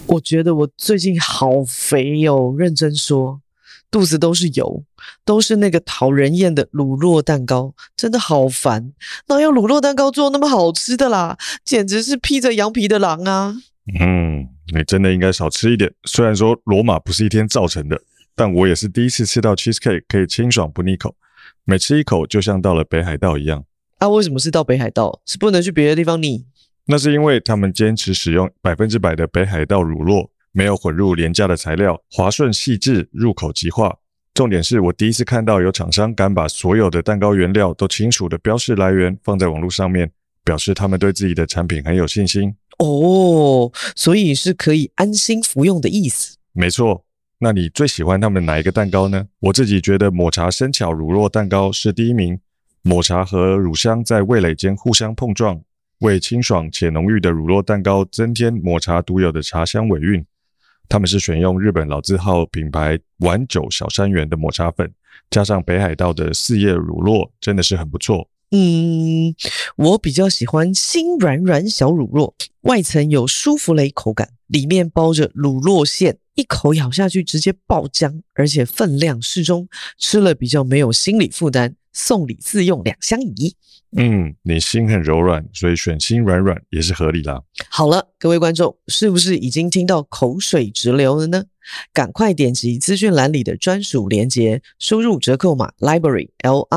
我觉得我最近好肥哦，认真说，肚子都是油，都是那个讨人厌的乳酪蛋糕，真的好烦。哪有乳酪蛋糕做那么好吃的啦？简直是披着羊皮的狼啊！ 你真的应该少吃一点。虽然说罗马不是一天造成的，但我也是第一次吃到 cheesecake 可以清爽不腻口，每吃一口就像到了北海道一样。 啊，为什么是到北海道？是不能去别的地方腻？ 那是因为他们坚持使用100%的北海道乳酪，没有混入廉价的材料，滑顺细致，入口即化。重点是我第一次看到有厂商敢把所有的蛋糕原料都清楚的标示来源放在网络上面，表示他们对自己的产品很有信心。 哦，所以是可以安心服用的意思。 没错。那你最喜欢他们哪一个蛋糕呢？我自己觉得抹茶生巧乳酪蛋糕是第一名。抹茶和乳香在味蕾间互相碰撞，为清爽且浓郁的乳酪蛋糕增添抹茶独有的茶香尾韵。他们是选用日本老字号品牌丸九小山园的抹茶粉，加上北海道的4叶乳酪，真的是很不错。 我比较喜欢心软软小乳酪，外层有舒芙蕾口感，里面包着乳酪馅，一口咬下去直接爆浆，而且分量适中，吃了比较没有心理负担，送礼自用两相宜。 你心很柔软，所以选心软软也是合理啦。 好了，各位观众，是不是已经听到口水直流了呢？赶快点击资讯栏里的专属连结，输入折扣码 LIBRARY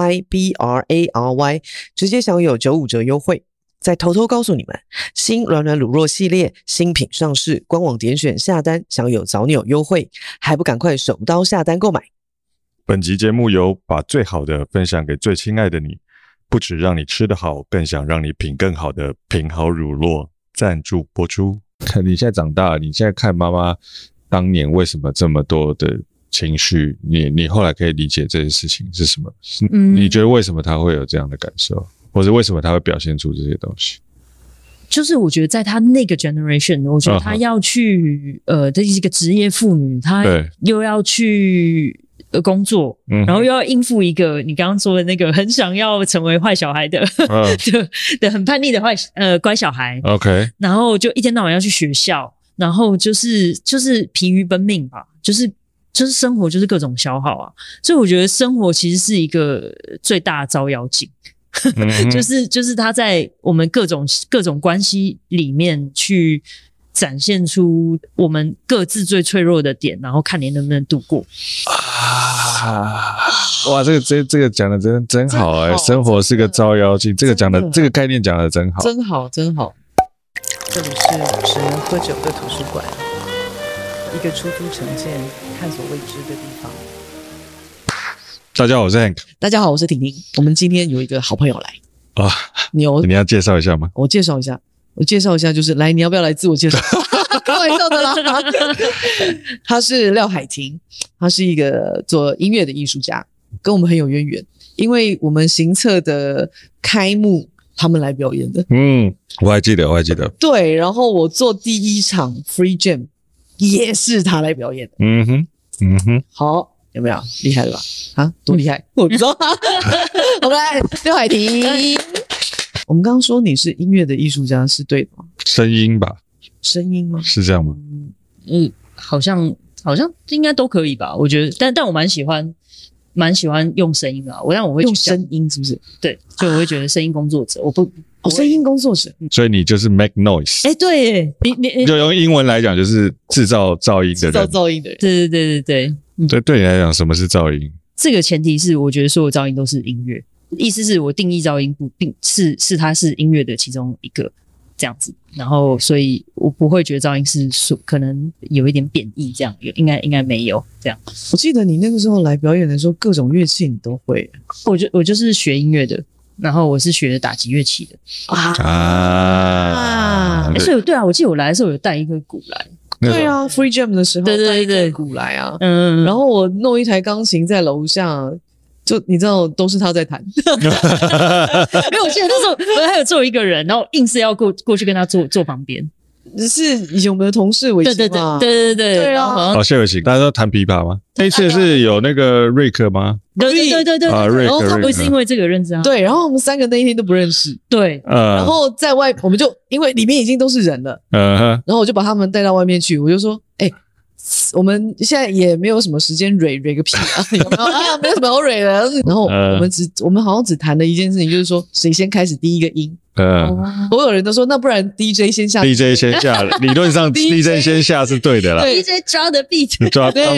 LIBRARY， 直接享有95折优惠。再偷偷告诉你们，新软软乳酪系列新品上市，官网点选下单享有早鸟优惠，还不赶快手刀下单购买？ 本集节目由把最好的分享给最亲爱的你，不只让你吃得好，更想让你品更好的品好乳酪赞助播出。 看你现在长大了，你现在看妈妈当年为什么这么多的情绪，你后来可以理解这件事情是什么？你觉得为什么她会有这样的感受，或者为什么她会表现出这些东西？ 就是我觉得在她那个 generation， 我觉得她要去这是一个职业妇女，她又要去工作，然后又要应付一个你刚刚说的那个很想要成为坏小孩的的很叛逆的乖小孩。 OK， 然后就一天到晚要去学校，然后就是疲于奔命吧，就是生活就是各种消耗啊，所以我觉得生活其实是一个最大的照妖镜。就是他在我们各种关系里面去展现出我们各自最脆弱的点，然后看你能不能度过。 哇，这个讲的真好生活是个照妖镜，这个概念讲的真好， 真好真好。这里是只能喝酒的图书馆，一个出租成见、探索未知的地方。 大家好，我是 Hank。 大家好，我是婷婷。我们今天有一个好朋友来啊，你要介绍一下吗？ 我介绍一下，就是来，你要不要来自我介绍？开玩笑的啦。他是廖海婷，他是一个做音乐的艺术家，跟我们很有渊源，因为我们行测的开幕他们来表演的。 我还记得。 对，然后我做第一场 Free Jam 也是他来表演的。好。有没有厉害了吧？啊，多厉害！我不知道。我们来廖海婷。我们刚刚说你是音乐的艺术家，是对的吗？ 声音吧？ 声音吗？ 是这样吗？ 好像应该都可以吧。我觉得，但我蛮喜欢用声音的。但我会用声音，是不是？ 对，所以我会觉得声音工作者，我不声音工作者。 所以你就是 make noise。 对，你就用英文来讲，就是制造噪音的人。 制造噪音的人。 对。 对你来讲，什么是噪音？ 这个前提是，我觉得所有噪音都是音乐。意思是我定义噪音并是它是音乐的其中一个这样子。然后，所以我不会觉得噪音是可能有一点贬义，这样应该没有这样。 我记得你那个时候来表演的时候，各种乐器你都会。 我就是学音乐的，然后我是学打击乐器的所以对啊，我记得我来的时候有带一个鼓来。 对啊 ，Free Jam 的时候带一个鼓来啊，然后我弄一台钢琴在楼下，就你知道都是他在弹。 没有，我记得那时候我还有坐一个人，然后硬是要过去跟他坐旁边。 是以前我们的同事伟星嘛？ 对啊， 哦，谢伟行，大家都弹琵琶吗？那一次是有那个瑞克吗？ 对， 瑞克， 然后他不是因为这个认识啊？ 对，然后我们3个那一天都不认识， 对， 然后在外我们就因为里面已经都是人了，然后我就把他们带到外面去，我就说，我们现在也没有什么时间蕊个屁啊，有没有啊？没有什么好蕊的。然后我们好像只谈了一件事情，就是说谁先开始第一个音。所有人都说那不然 DJ 先下 ，DJ 先下，理论上 DJ 先下是对的啦。 DJ 抓的 beat， 抓的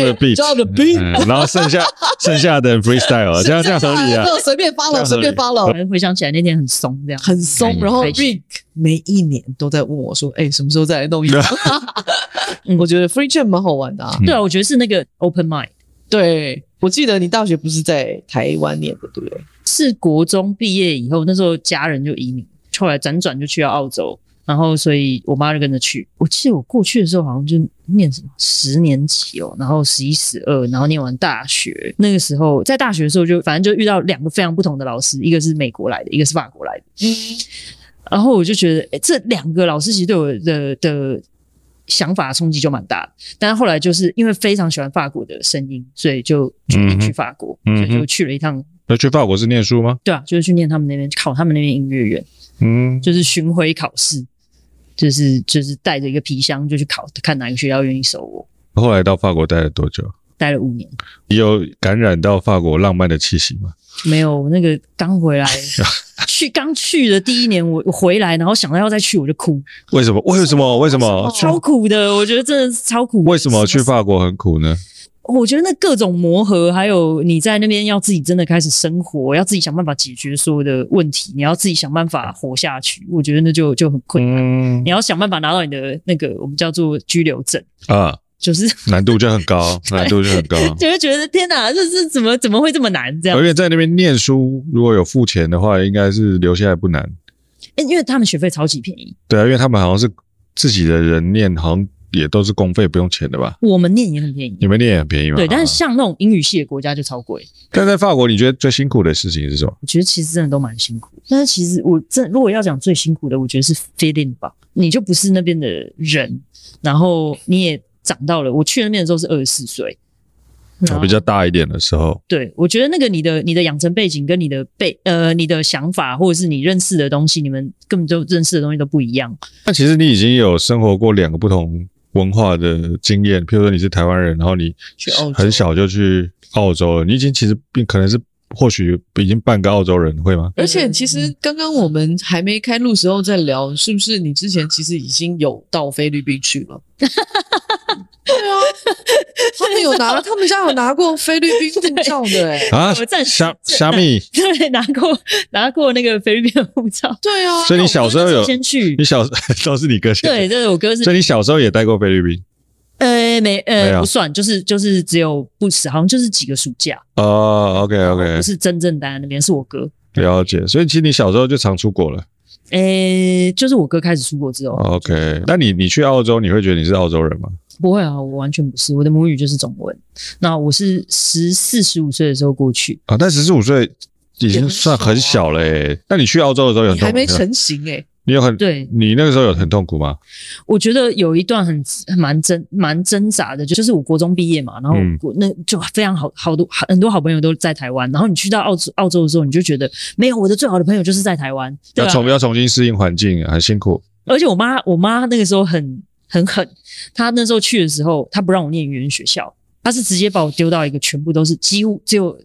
beat， 然后剩下的人 freestyle， 这样合理啊。 随便发了。 回想起来那天很松，这样很松。然后 Rick 每一年都在问我说，什么时候再来弄一场？我觉得 Free Jam 蛮好玩的啊。 对啊，我觉得是那个 open mind。 对，我记得你大学不是在台湾念的，对不对？ 是国中毕业以后，那时候家人就移民，后来辗转就去了澳洲，然后所以我妈就跟着去。我记得我过去的时候好像就念什么10年级然后11、12，然后念完大学。那个时候在大学的时候就反正就遇到2个非常不同的老师，一个是美国来的，一个是法国来的。然后我就觉得这2个老师其实对我的想法冲击就蛮大的，但是后来就是因为非常喜欢法国的声音，所以就决定去法国，所以就去了一趟。 那去法国是念书吗？ 对啊，就是去念他们那边，考他们那边音乐院。就是巡回考试，就是带着一个皮箱就去考，看哪个学校愿意收我。 后来到法国待了多久？ 待了5年。 你有感染到法国浪漫的气息吗？ 没有，那个刚回来刚去的第1年，我回来，然后想到要再去我就哭。 为什么？ 超苦的，我觉得真的是超苦。 为什么去法国很苦呢？ 我觉得那各种磨合，还有你在那边要自己真的开始生活，要自己想办法解决所有的问题，你要自己想办法活下去，我觉得那就很困难。你要想办法拿到你的那个我们叫做居留证啊，就是难度就很高， 就会觉得天哪，这是怎么会这么难这样？ 而且在那边念书，如果有付钱的话，应该是留下来不难。 因为他们学费超级便宜。 对啊，因为他们好像是自己的人念，好像也都是公费不用钱的吧？ 我们念也很便宜。 你们念也很便宜吗？ 对，但是像那种英语系的国家就超贵。 但在法国，你觉得最辛苦的事情是什么？ 我觉得其实真的都蛮辛苦，但是其实如果要讲最辛苦的，我觉得是 fit in 吧。你就不是那边的人，然后你也长到了。我去那边的时候是24岁。 比较大一点的时候， 对，我觉得那个你的养成背景跟你的想法或者是你认识的东西，你们根本就认识的东西都不一样。 那其实你已经有生活过2个不同文化的经验，譬如说你是台湾人，然后你很小就去澳洲了，你已经其实可能是或许已经半个澳洲人，会吗？ 而且其实刚刚我们还没开录时候在聊，是不是你之前其实已经有到菲律宾去了？对啊，他们家有拿过菲律宾护照的虾米对，拿过那个菲律宾的护照。 对啊， 所以你小时候有先去， 你小都是你哥先去。 对，这是我哥是。 所以你小时候也待过菲律宾？ 没不算，就是只有不时，好像就是几个暑假。 OK， 不是真正待在那边，是我哥。 了解，所以其实你小时候就常出国了。 就是我哥开始出国之后。 OK， 那你去澳洲，你会觉得你是澳洲人吗？ 不会啊，我完全不是，我的母语就是中文。那我是14、15岁的时候过去啊，但15岁已经算很小了那你去澳洲的时候有你还没成型你有对，你那个时候有很痛苦吗？ 我觉得有一段蛮挣扎的，就是我国中毕业嘛，然后那就非常很多好朋友都在台湾，然后你去到澳洲的时候，你就觉得没有我的最好的朋友就是在台湾，对吧？ 要重新适应环境，很辛苦。 而且我妈那个时候很狠，她那时候去的时候，她不让我念语言学校，她是直接把我丢到一个全部都是几乎只有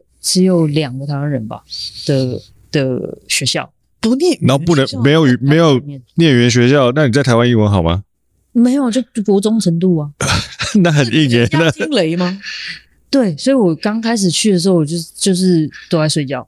2个台湾人吧的学校。 不念语言学校， 然后不能没有念语言学校，那你在台湾英文好吗？ 没有，就国中程度啊。 那很硬耶。 那听雷吗？ 对，所以我刚开始去的时候，我就是都在睡觉。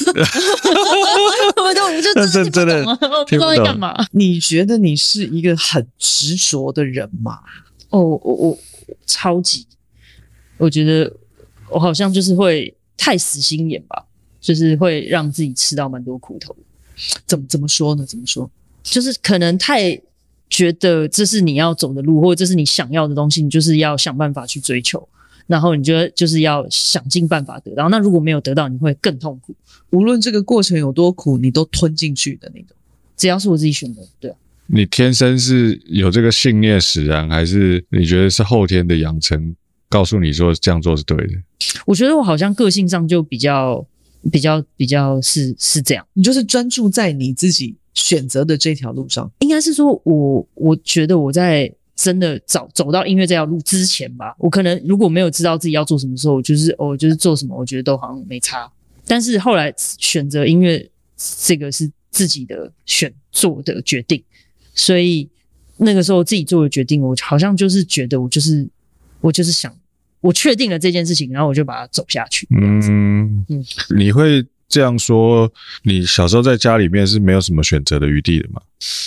我就真的不知道在干嘛。 你觉得你是一个很执着的人吗？ 我超级，我觉得我好像就是会太死心眼吧，就是会让自己吃到蛮多苦头。 怎么说呢？ 就是可能太觉得这是你要走的路，或者这是你想要的东西，你就是要想办法去追求，然后你就是要想尽办法得到。那如果没有得到，你会更痛苦。 无论这个过程有多苦，你都吞进去的那种。 只要是我自己选的，对啊。 你天生是有这个信念使然，还是你觉得是后天的养成告诉你说这样做是对的？ 我觉得我好像个性上就比较是这样， 你就是专注在你自己选择的这条路上。 应该是说我觉得我在真的走到音乐这条路之前吧，我可能如果没有知道自己要做什么时候，我就是做什么，我觉得都好像没差。但是后来选择音乐这个是自己的做的决定，所以那个时候自己做的决定，我好像就是觉得我就是想，我确定了这件事情，然后我就把它走下去。 你会这样说？你小时候在家里面是没有什么选择的余地的吗？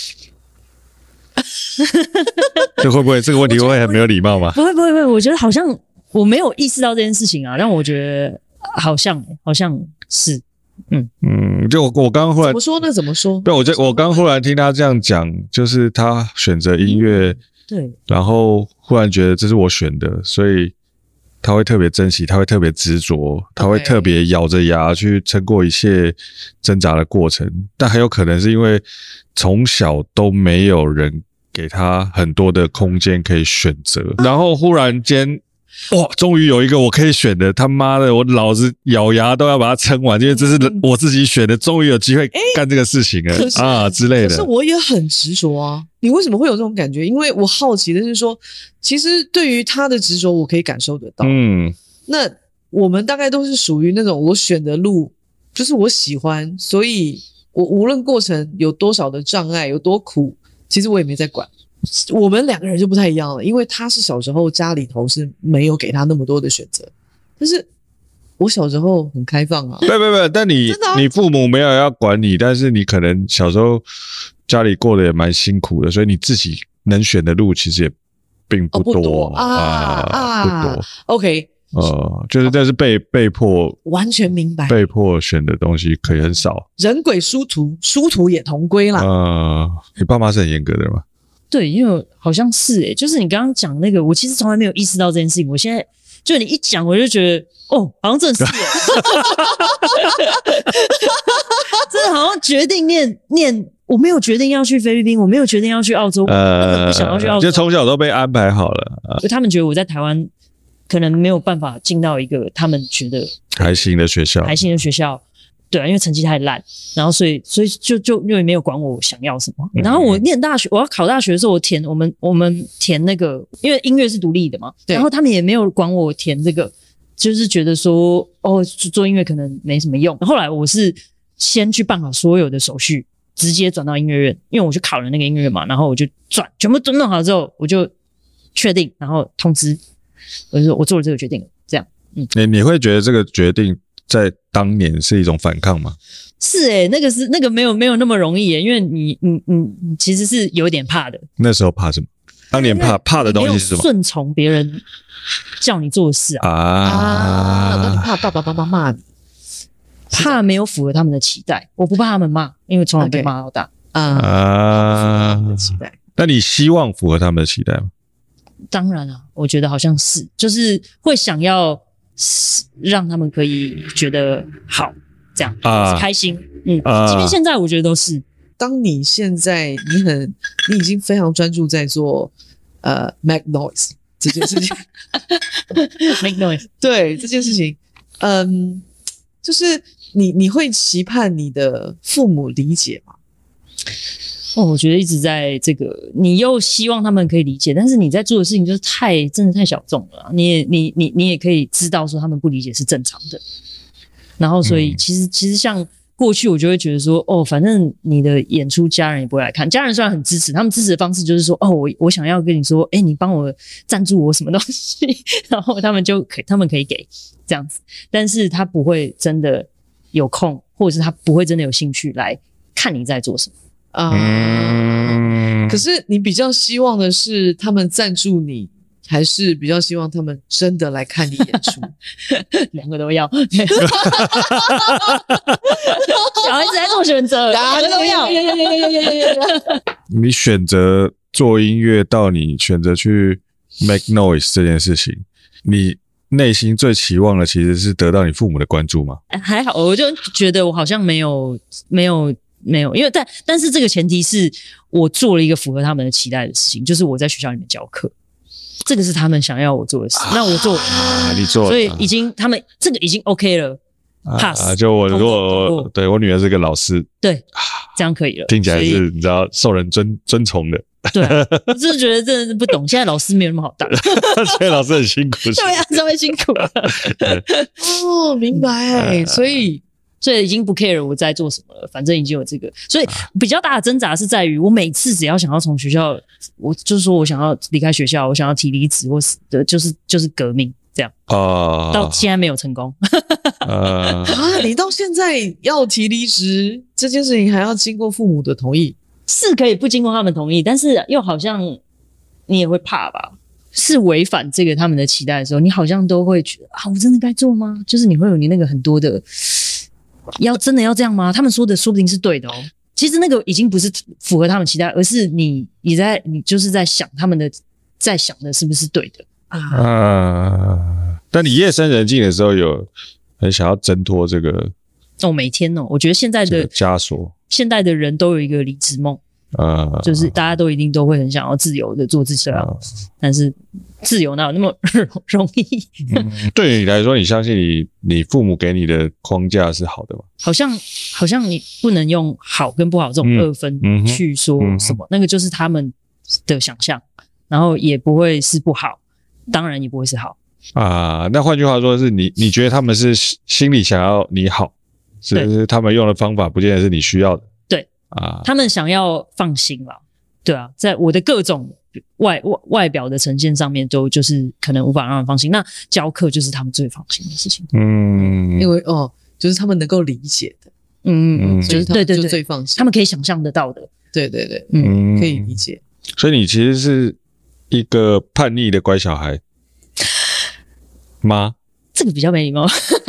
这会不会这个问题会很没有礼貌吗？ 不会，我觉得好像我没有意识到这件事情啊，但我觉得好像是， 就我刚刚忽然怎么说？ 对，我刚忽然听他这样讲，就是他选择音乐， 对， 然后忽然觉得这是我选的，所以他会特别珍惜，他会特别执着，他会特别咬着牙去撑过一切挣扎的过程。但很有可能是因为从小都没有人给他很多的空间可以选择，然后忽然间，哇，终于有一个我可以选的，他妈的，我老子咬牙都要把它撑完，因为这是我自己选的，终于有机会干这个事情了之类的。 可是我也很执着啊，你为什么会有这种感觉？因为我好奇的是说，其实对于他的执着，我可以感受得到。那我们大概都是属于那种我选的路就是我喜欢，所以我无论过程有多少的障碍，有多苦，其实我也没在管。我们两个人就不太一样了，因为他是小时候家里头是没有给他那么多的选择，但是我小时候很开放啊。 不，但你父母没有要管你，但是你可能小时候家里过得也蛮辛苦的，所以你自己能选的路其实也并不多， 不多。OK， 就是但是被迫， 完全明白， 被迫选的东西可以很少。 人鬼殊途也同归啦。 你爸妈是很严格的吗？ 对，因为好像是就是你刚刚讲那个，我其实从来没有意识到这件事情。我现在就你一讲，我就觉得好像真的是真的好像决定念，我没有决定要去菲律宾，我没有决定要去澳洲，不想要去澳洲， 就从小都被安排好了。 他们觉得我在台湾可能没有办法进到一个他们觉得还行的学校， 对啊，因为成绩太烂，然后所以就因为没有管我想要什么。然后我念大学，我要考大学的时候，我们填那个，因为音乐是独立的嘛，然后他们也没有管我填这个，就是觉得说做音乐可能没什么用。后来我是先去办好所有的手续，直接转到音乐院，因为我去考了那个音乐院嘛，然后我就全部都弄好之后，我就确定，然后通知，我就说我做了这个决定了，这样。 你会觉得这个决定在当年是一种反抗吗？ 是那个没有那么容易因为你其实是有点怕的。 那时候怕什么？当年怕的东西是什么？ 顺从别人叫你做的事那你怕爸爸妈妈骂你？ 怕没有符合他们的期待。我不怕他们骂，因为从小被骂到大。 期待。 那你希望符合他们的期待吗？ 当然啊，我觉得好像是，就是会想要让他们可以觉得好，这样开心。即便现在我觉得都是。 当你现在你已经非常专注在做make noise 这件事情 make noise 对这件事情，就是你会期盼你的父母理解吗？ 我觉得一直在这个，你又希望他们可以理解，但是你在做的事情就是真的太小众了。你也可以知道说他们不理解是正常的。然后所以其实像过去我就会觉得说反正你的演出家人也不会来看，家人虽然很支持，他们支持的方式就是说我想要跟你说你帮我赞助我什么东西，然后他们可以给这样子，但是他不会真的有空，或者是他不会真的有兴趣来看你在做什么。 可是你比较希望的是他们赞助你，还是比较希望他们真的来看你演出？ 两个都要。小孩子在做选择，两个都要。 你选择做音乐到你选择去 make noise 这件事情，你内心最期望的其实是得到你父母的关注吗？ 还好，我就觉得我好像没有没有，因为但是这个前提是我做了一个符合他们的期待的事情，就是我在学校里面教课，这个是他们想要我做的事，那我做， 你做了， 所以他们这个已经 OK 了。pass 就我如果对我女儿是个老师， 对，这样可以了， 听起来是你知道受人尊崇的。 对啊，我真的觉得真的是不懂，现在老师没有那么好当， 现在老师很辛苦， 对啊，稍微辛苦了。 哦，明白，所以已经不 care 我在做什么了，反正已经有这个，所以比较大的挣扎是在于，我每次只要想要从学校，我就是说我想要离开学校，我想要提离职，或是就是革命。这样到现在没有成功。 你到现在要提离职这件事情，还要经过父母的同意？ 是可以不经过他们同意，但是又好像你也会怕吧？是违反这个他们的期待的时候，你好像都会觉得啊，我真的该做吗？就是你会有你那个很多的，真的要这样吗？他们说的说不定是对的哦。其实那个已经不是符合他们期待，而是你就是在想他们的在想的是不是对的。 但你夜深人静的时候，有很想要挣脱这个每天我觉得现在的枷锁， 现代的人都有一个离职梦，就是大家都一定都会很想要自由的做自己的样子，但是自由哪有那么容易？ 对你来说，你相信你父母给你的框架是好的吗？ 好像你不能用好跟不好这种二分去说什么，那个就是他们的想象，然后也不会是不好。当然也不会是好那换句话说是你觉得他们是心里想要你好，是他们用的方法不见得是你需要的。 对他们想要放心啦。对啊，在我的各种外表的呈现上面都就是可能无法让他们放心，那教课就是他们最放心的事情。 因为就是他们能够理解的，就是他们就最放心， 他们可以想象得到的。 对，可以理解。 所以你其实是一个叛逆的乖小孩吗？ 这个比较没礼貌。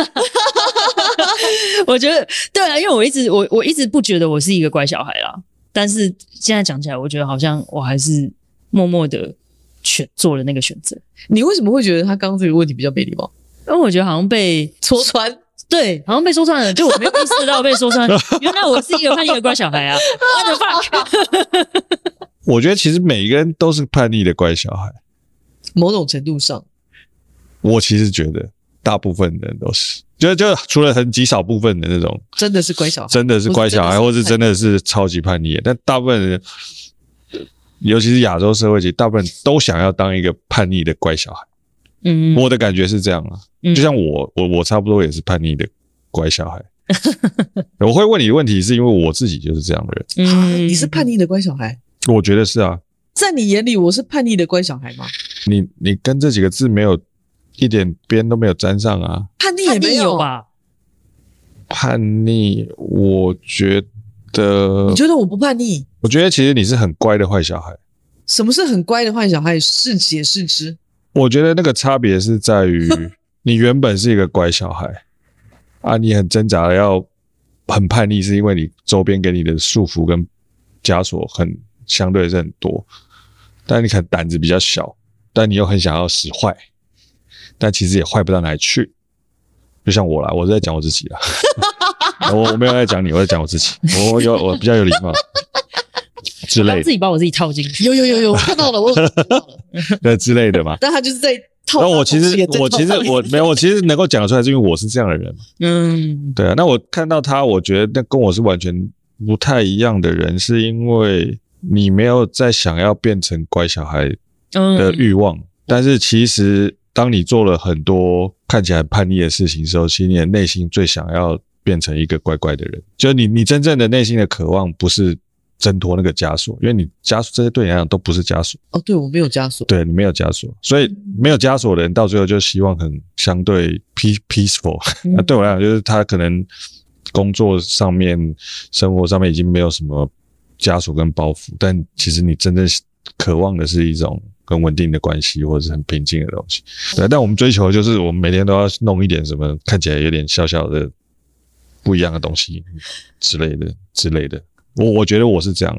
我觉得对啊，因为我一直不觉得我是一个乖小孩啦，但是现在讲起来，我觉得好像我还是默默的做了那个选择。 你为什么会觉得他刚刚这个问题比较没礼貌？ 因为我觉得好像被戳穿。 对，好像被说穿了，就我没有意识到被说穿。原来我是一个叛逆的乖小孩啊 ！What the fuck？ 我觉得其实每一个人都是叛逆的乖小孩， 某种程度上， 我其实觉得大部分人都是，就除了很极少部分的那种真的是乖小孩， 真的是乖小孩，或是真的是超级叛逆的，但大部分人，尤其是亚洲社会，其实大部分人都想要当一个叛逆的乖小孩。我的感觉是这样啊，就像我差不多也是叛逆的乖小孩。我会问你的问题是因为我自己就是这样的人。你是叛逆的乖小孩？ 我觉得是啊。 在你眼里我是叛逆的乖小孩吗？ 你跟这几个字没有一点边都没有沾上啊。 叛逆也没有吧？ 叛逆，我觉得。 你觉得我不叛逆？ 我觉得其实你是很乖的坏小孩。 什么是很乖的坏小孩？解释之。 我觉得那个差别是在于，你原本是一个乖小孩啊，你很挣扎的要很叛逆，是因为你周边给你的束缚跟枷锁相对是很多，但你可能胆子比较小，但你又很想要使坏，但其实也坏不到哪里去。就像我啦，我是在讲我自己啦，我没有在讲你，我在讲我自己，我比较有礼貌。之类的， 自己把我自己套进去， 有，我看到了，我看到了， 对之类的嘛。 但他就是在套。 那我其实能够讲得出来，是因为我是这样的人嘛。对啊。那我看到他，我觉得那跟我是完全不太一样的人，是因为你没有在想要变成乖小孩的欲望，但是其实当你做了很多看起来很叛逆的事情的时候，其实你的内心最想要变成一个乖乖的人，就是你真正的内心的渴望不是挣脱那个枷锁，因为你枷锁这些对你来讲都不是枷锁。 对，我没有枷锁。 对，你没有枷锁，所以没有枷锁的人到最后就希望很相对 peaceful。那对我来讲，就是他可能工作上面、生活上面已经没有什么枷锁跟包袱，但其实你真正渴望的是一种很稳定的关系，或者是很平静的东西。对，但我们追求的就是我们每天都要弄一点什么看起来有点小小的不一样的东西之类的。我觉得我是这样。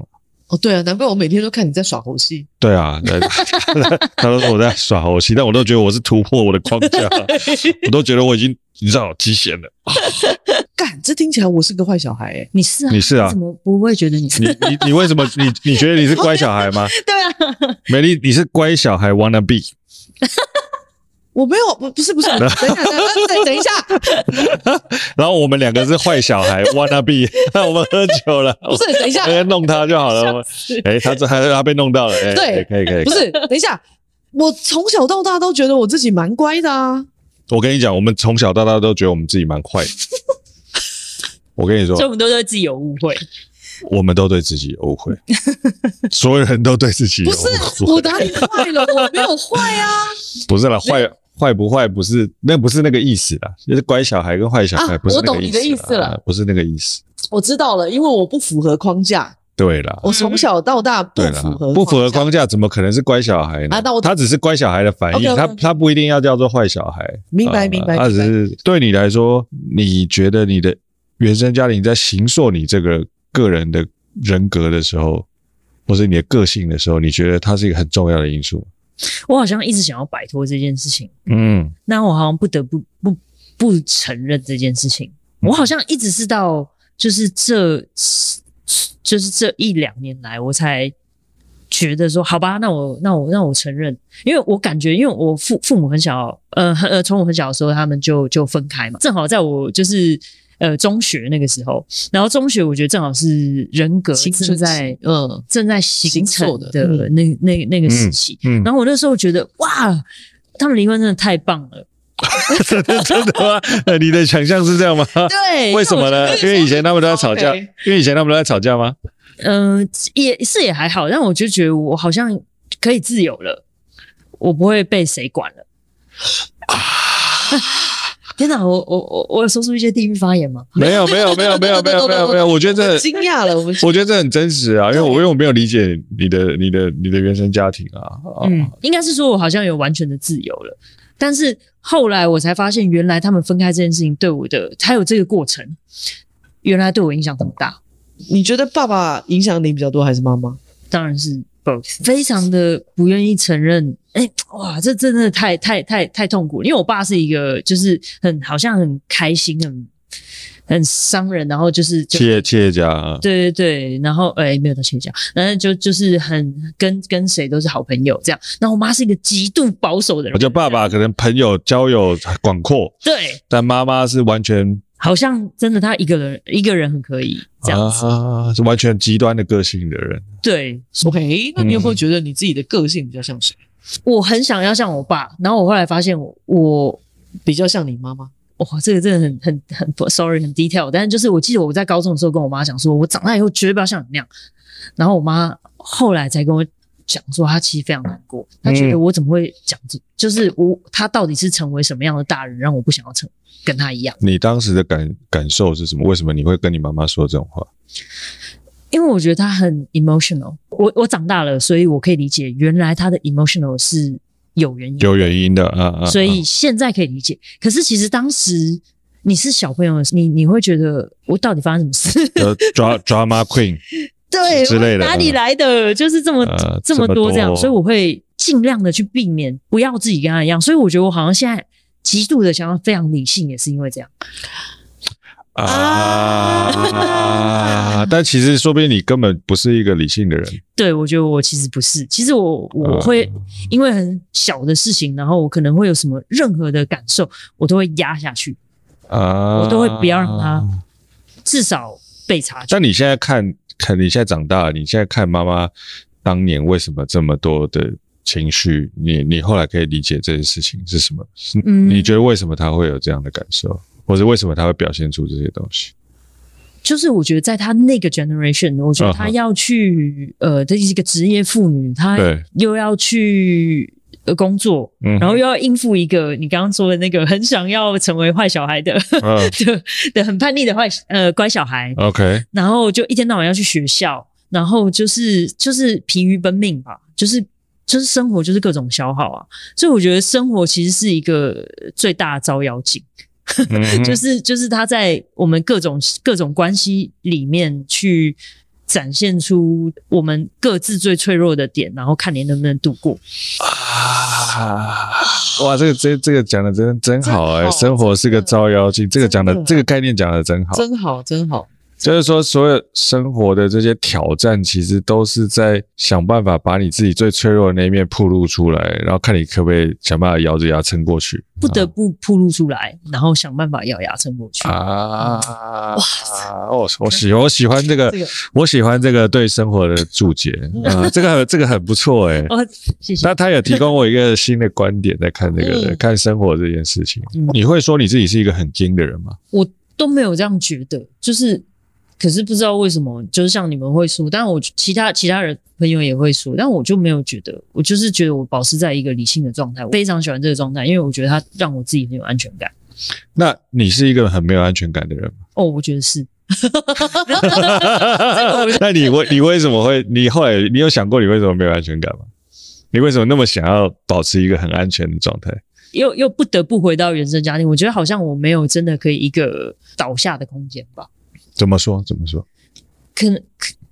哦，对啊，难怪我每天都看你在耍猴戏。 对啊，他都说我在耍猴戏，但我都觉得我是突破我的框架，我都觉得我已经你知道极限了。 干，这听起来我是个坏小孩哎。 你是啊？ 你是啊？ 怎么不会觉得你是？ 你为什么你觉得你是乖小孩吗？ 对啊， 美丽，你是乖小孩 wanna be。 我没有，不是，等一下， 然后我们两个是坏小孩 wanna be， 我们喝酒了， 不是，等一下， 弄他就好了。他被弄到了， 对， 可以， 不是，等一下，我从小到大都觉得我自己蛮乖的啊。 我跟你讲，我们从小到大都觉得我们自己蛮坏的。我跟你说， 所以我们都对自己有误会。 我们都对自己有误会，所有人都对自己有误会。 不是，我哪里坏了？我没有坏啊。 不是啦，坏不坏不是那个意思啦，就是乖小孩跟坏小孩不是那个意思。我懂你的意思了，不是那个意思。 我知道了，因为我不符合框架。 对啦， 我从小到大不符合框架，怎么可能是乖小孩呢？他只是乖小孩的反应，他不一定要叫做坏小孩。 明白。 他只是对你来说，你觉得你的原生家庭在形塑你这个个人的人格的时候，或是你的个性的时候，你觉得它是一个很重要的因素。 我好像一直想要摆脱这件事情，那我好像不得不承认这件事情。我好像一直是到就是这1-2年来，我才觉得说，好吧，那我承认，因为我感觉，因为我父母很小，从我很小的时候，他们就分开嘛，正好在我就是中学那个时候，然后中学我觉得正好是人格正在形成的那个时期，然后我那时候觉得哇，他们离婚真的太棒了。 真的吗？你的想象是这样吗？ 对， 为什么呢？因为以前他们都在吵架，吗？ 也还好，但我就觉得我好像可以自由了，我不会被谁管了。天哪，我有说出一些地狱发言吗？ 没有，我觉得这惊讶了， 我觉得这很真实啊，因为我没有理解你的原生家庭啊。 应该是说我好像有完全的自由了。但是后来我才发现，原来他们分开这件事情对我的，还有这个过程，原来对我影响这么大。 你觉得爸爸影响你比较多，还是妈妈？ 当然是 both， 非常的不愿意承认。哇，这真的太痛苦了。因为我爸是一个就是好像很开心、很商人，然后就是企业家啊， 对，然后没有到企业家，然后就是很跟谁都是好朋友这样。然后我妈是一个极度保守的人， 我觉得爸爸可能朋友交友广阔， 对， 但妈妈是完全好像真的他一个人很可以这样子是完全极端的个性的人。 对 ，OK， 那你有没有觉得你自己的个性比较像谁？ 我很想要像我爸，然后我后来发现我比较像你妈妈。 哇，这个真的很 sorry 很 detail， 但是就是我记得我在高中的时候跟我妈讲说，我长大以后绝对不要像你那样。然后我妈后来才跟我讲说，她其实非常难过，她觉得我怎么会讲这，就是她到底是成为什么样的大人，让我不想要跟她一样。 你当时的感受是什么？为什么你会跟你妈妈说这种话？ 因为我觉得她很 emotional， 我长大了，所以我可以理解，原来她的 emotional 是有原因的所以现在可以理解。可是其实当时你是小朋友，你会觉得我到底发生什么事 ？Drama Queen 对之类的， 哪里来的就是这么多这样，所以我会尽量的去避免不要自己跟他一样。所以我觉得我好像现在极度的想要非常理性，也是因为这样。 但其实说不定你根本不是一个理性的人。 对，我觉得我其实不是。其实我会因为很小的事情，然后我可能会有什么任何的感受，我都会压下去我都会不要让他至少被察觉。 但你现在看你现在长大了，你现在看妈妈当年为什么这么多的情绪，你后来可以理解这些事情是什么？你觉得为什么他会有这样的感受？或者为什么他会表现出这些东西？ 就是我觉得在他那个 generation， 我觉得他要去这是一个职业妇女，他又要去工作，然后又要应付一个你刚刚说的那个很想要成为坏小孩的的很叛逆的乖小孩 ，OK， 然后就一天到晚要去学校，然后就是疲于奔命吧，就是生活就是各种消耗啊，所以我觉得生活其实是一个最大的照妖镜。就是他在我们各种关系里面去展现出我们各自最脆弱的点，然后看你能不能度过。 哇，这个讲的真好生活是个照妖镜，这个概念讲的真好， 真好，真好。 就是说，所有生活的这些挑战，其实都是在想办法把你自己最脆弱的那一面暴露出来，然后看你可不可以想办法咬着牙撑过去。 不得不暴露出来，然后想办法咬牙撑过去。 我喜欢这个，我喜欢这个对生活的注解这个很不错谢谢。 那他也提供我一个新的观点，在看这个看生活这件事情。你会说你自己是一个很硬的人吗？ 我都没有这样觉得，可是不知道为什么，就是像你们会说，但我其他人朋友也会说，但我就没有觉得，我就是觉得我保持在一个理性的状态，我非常喜欢这个状态，因为我觉得它让我自己很有安全感。 那你是一个很没有安全感的人吗？ 我觉得是。 那你为什么会？你后来你有想过你为什么没有安全感吗？你为什么那么想要保持一个很安全的状态？ 又不得不回到原生家庭，我觉得好像我没有真的可以一个倒下的空间吧。 怎么说？ 可能，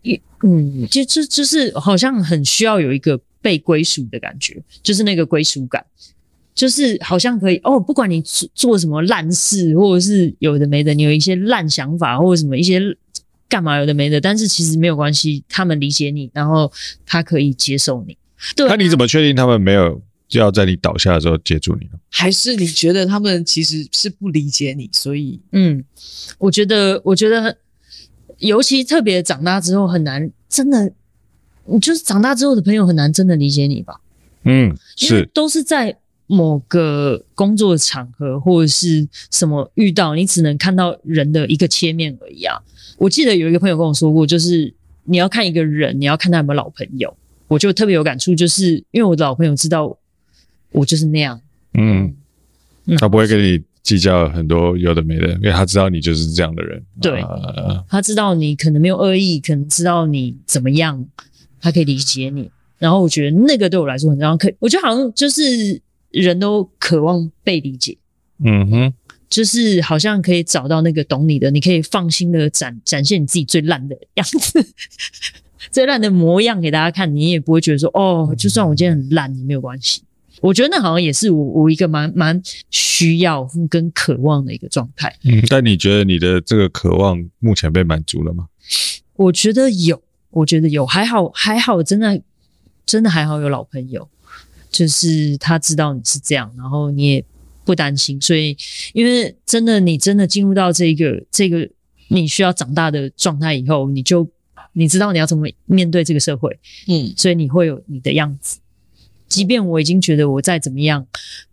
就是好像很需要有一个被归属的感觉，就是那个归属感，就是好像可以不管你做什么烂事，或者是有的没的，你有一些烂想法或者什么一些干嘛有的没的，但是其实没有关系，他们理解你，然后他可以接受你。对， 那你怎么确定他们没有就要在你倒下的时候接住你呢？ 还是你觉得他们其实是不理解你，所以我觉得尤其特别长大之后很难真的，就是长大之后的朋友很难真的理解你吧。因为都是在某个工作场合或者是什么遇到，你只能看到人的一个切面而已啊。我记得有一个朋友跟我说过，就是你要看一个人，你要看他有没有老朋友。我就特别有感触，就是因为我的老朋友知道我就是那样， 他不会跟你计较很多有的没的，因为他知道你就是这样的人。 对，他知道你可能没有恶意，可能知道你怎么样，他可以理解你。然后我觉得那个对我来说很重要，我觉得好像就是人都渴望被理解，就是好像可以找到那个懂你的，你可以放心的展现你自己最烂的样子。最烂的模样给大家看，你也不会觉得说就算我今天很烂也没有关系。我觉得那好像也是我一个蛮需要跟渴望的一个状态。 但你觉得你的这个渴望目前被满足了吗？ 我觉得有，还好，真的还好有老朋友，就是他知道你是这样，然后你也不担心。所以因为你真的进入到这个你需要长大的状态以后，你知道你要怎么面对这个社会，所以你会有你的样子。即便我已经觉得我再怎么样，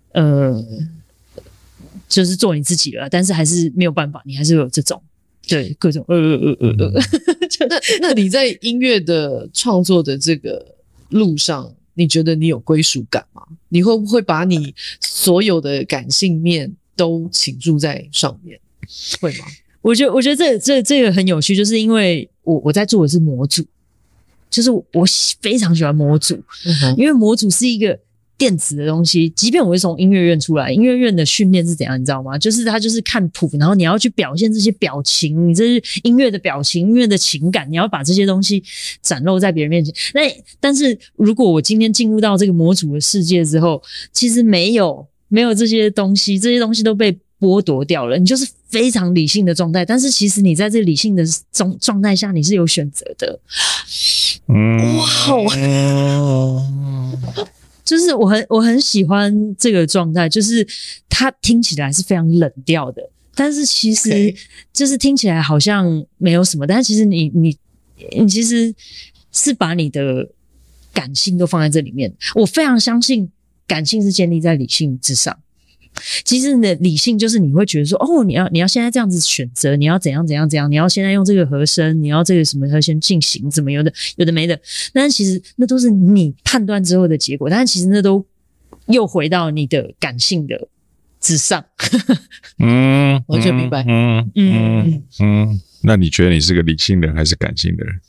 就是做你自己了，但是还是没有办法，你还是有这种对各种那你在音乐的创作的这个路上，你觉得你有归属感吗？你会不会把你所有的感性面都倾注在上面？会吗？ 我觉得这个很有趣，就是因为我在做的是模组，就是我非常喜欢模组，因为模组是一个电子的东西。即便我是从音乐院出来，音乐院的训练是怎样，你知道吗？就是他就是看谱，然后你要去表现这些表情，你这是音乐的表情，音乐的情感，你要把这些东西展露在别人面前。但是如果我今天进入到这个模组的世界之后，其实没有这些东西，这些东西都被剥夺掉了，你就是非常理性的状态，但是其实你在这理性的状态下，你是有选择的。就是我很喜欢这个状态，就是它听起来是非常冷调的，但是其实就是听起来好像没有什么，但是其实你其实是把你的感性都放在这里面。我非常相信感性是建立在理性之上。其实你的理性就是你会觉得说你要现在这样子选择，你要怎样，你要现在用这个和声，你要这个什么和弦进行，怎么有的没的，但是其实那都是你判断之后的结果，但是其实那都又回到你的感性的之上。 完全明白。 那你觉得你是个理性的人还是感性的人？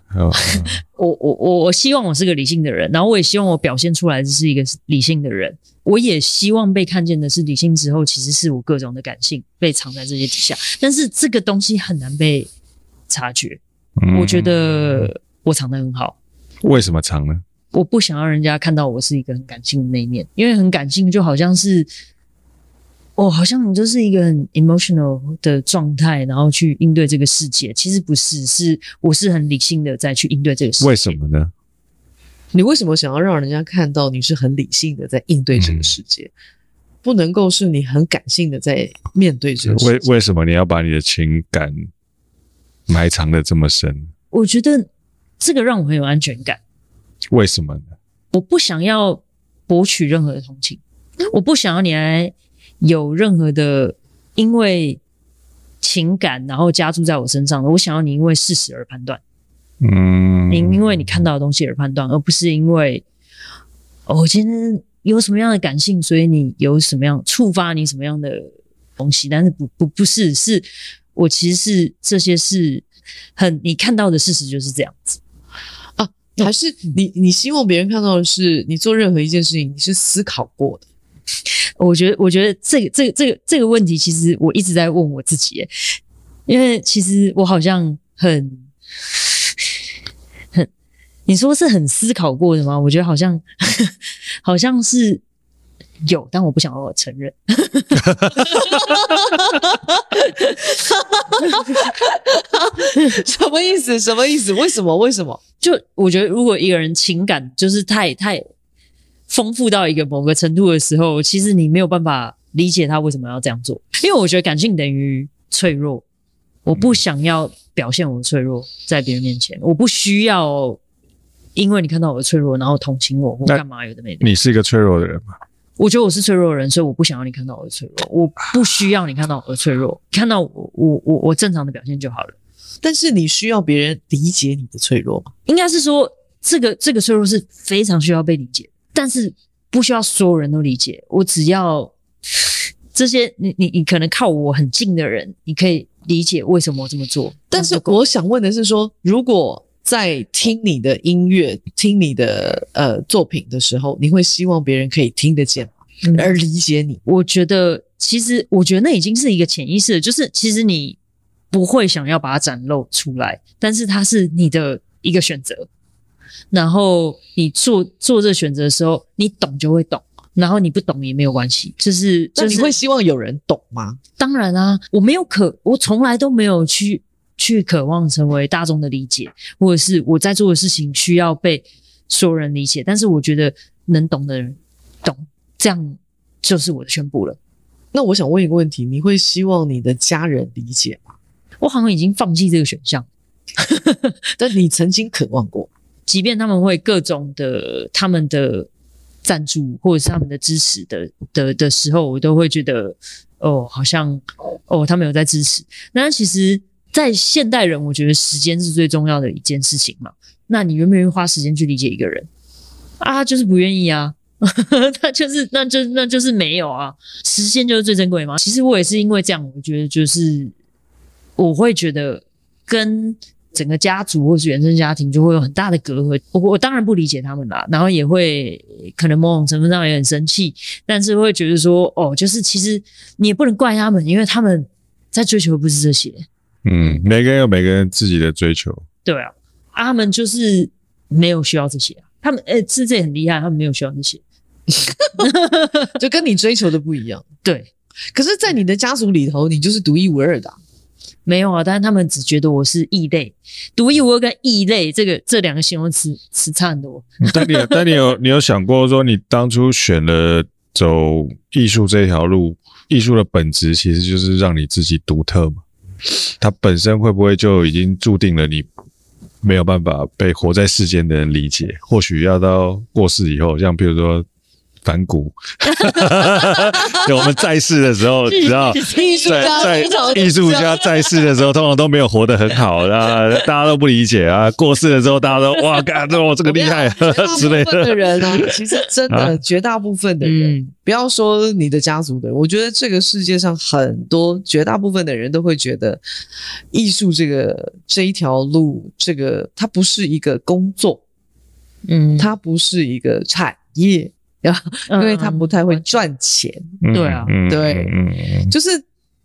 我希望我是个理性的人，然后我也希望我表现出来的是一个理性的人。我也希望被看见的是理性之后，其实是我各种的感性被藏在这些底下，但是这个东西很难被察觉。 我觉得我藏得很好。 为什么藏呢？ 我不想要人家看到我是一个很感性的那一面，因为很感性就好像是好像你就是一个很 emotional 的状态，然后去应对这个世界。其实不是，我是很理性的在去应对这个世界。 为什么呢？ 你为什么想要让人家看到你是很理性的在应对这个世界？不能够是你很感性的在面对这个世界。 为什么你要把你的情感埋藏的这么深？ 我觉得这个让我很有安全感。 为什么呢？ 我不想要博取任何的同情，我不想要你来有任何的因为情感然后加注在我身上的，我想要你因为事实而判断。你因为你看到的东西而判断，而不是因为我今天有什么样的感性，所以你有什么样触发你什么样的东西。但是不是，是我其实是这些是你看到的事实就是这样子啊。还是你希望别人看到的是你做任何一件事情你是思考过的。 我觉得这个问题其实我一直在问我自己耶，因为其实我好像很你说是很思考过的吗？我觉得好像是有，但我不想要承认。 什么意思？为什么？ 就我觉得，如果一个人情感就是太丰富到一个某个程度的时候，其实你没有办法理解他为什么要这样做。因为我觉得感性等于脆弱，我不想要表现我的脆弱在别人面前，我不需要因为你看到我的脆弱然后同情我或干嘛有的没的。 你是一个脆弱的人吗？ 我觉得我是脆弱的人，所以我不想要你看到我的脆弱，我不需要你看到我的脆弱，看到我正常的表现就好了。 但是你需要别人理解你的脆弱吗？ 应该是说这个脆弱是非常需要被理解，但是不需要所有人都理解。我只要这些你可能靠我很近的人，你可以理解为什么我这么做。 但是我想问的是说，如果在听你的音乐、听你的作品的时候，你会希望别人可以听得见吗？而理解你？ 我觉得那已经是一个潜意识了，就是其实你不会想要把它展露出来，但是它是你的一个选择。然后你做这选择的时候，你懂就会懂，然后你不懂也没有关系。那你会希望有人懂吗？ 当然啊，我从来都没有去渴望成为大众的理解，或者是我在做的事情需要被所有人理解。但是我觉得能懂的人懂，这样就是我的全部了。 那我想问一个问题，你会希望你的家人理解吗？ 我好像已经放弃这个选项， 但你曾经渴望过。 即便他们会各种的他们的赞助或者是他们的支持的时候，我都会觉得好像他们有在支持。那其实在现代人，我觉得时间是最重要的一件事情嘛。那你愿不愿意花时间去理解一个人啊？他就是不愿意啊。那就是没有啊。时间就是最珍贵嘛。其实我也是因为这样，我觉得就是我会觉得跟整个家族或是原生家庭就会有很大的隔阂。我当然不理解他们啦，然后也会可能某种程度上也很生气，但是会觉得说就是其实你也不能怪他们，因为他们在追求的不是这些。 每个人有每个人自己的追求。 对啊，他们就是没有需要这些啊。他们这也很厉害，他们没有需要这些。 就跟你追求的不一样。 对， 可是在你的家族里头，你就是独一无二的没有啊，但是他们只觉得我是异类。独一无二跟异类这两个形容词差很多。 但你有想过说，你当初选了走艺术这条路，艺术的本质其实就是让你自己独特嘛？它本身会不会就已经注定了你没有办法被活在世间的人理解？或许要到过世以后，像比如说反骨，就我们在世的时候，知道艺术家在世的时候，通常都没有活得很好，大家都不理解啊。过世的时候，大家都哇，干这个厉害之类的人啊。其实真的绝大部分的人，不要说你的家族的人，我觉得这个世界上绝大部分的人都会觉得艺术这一条路，它不是一个工作，它不是一个产业。因为他不太会赚钱。 对啊， 对，就是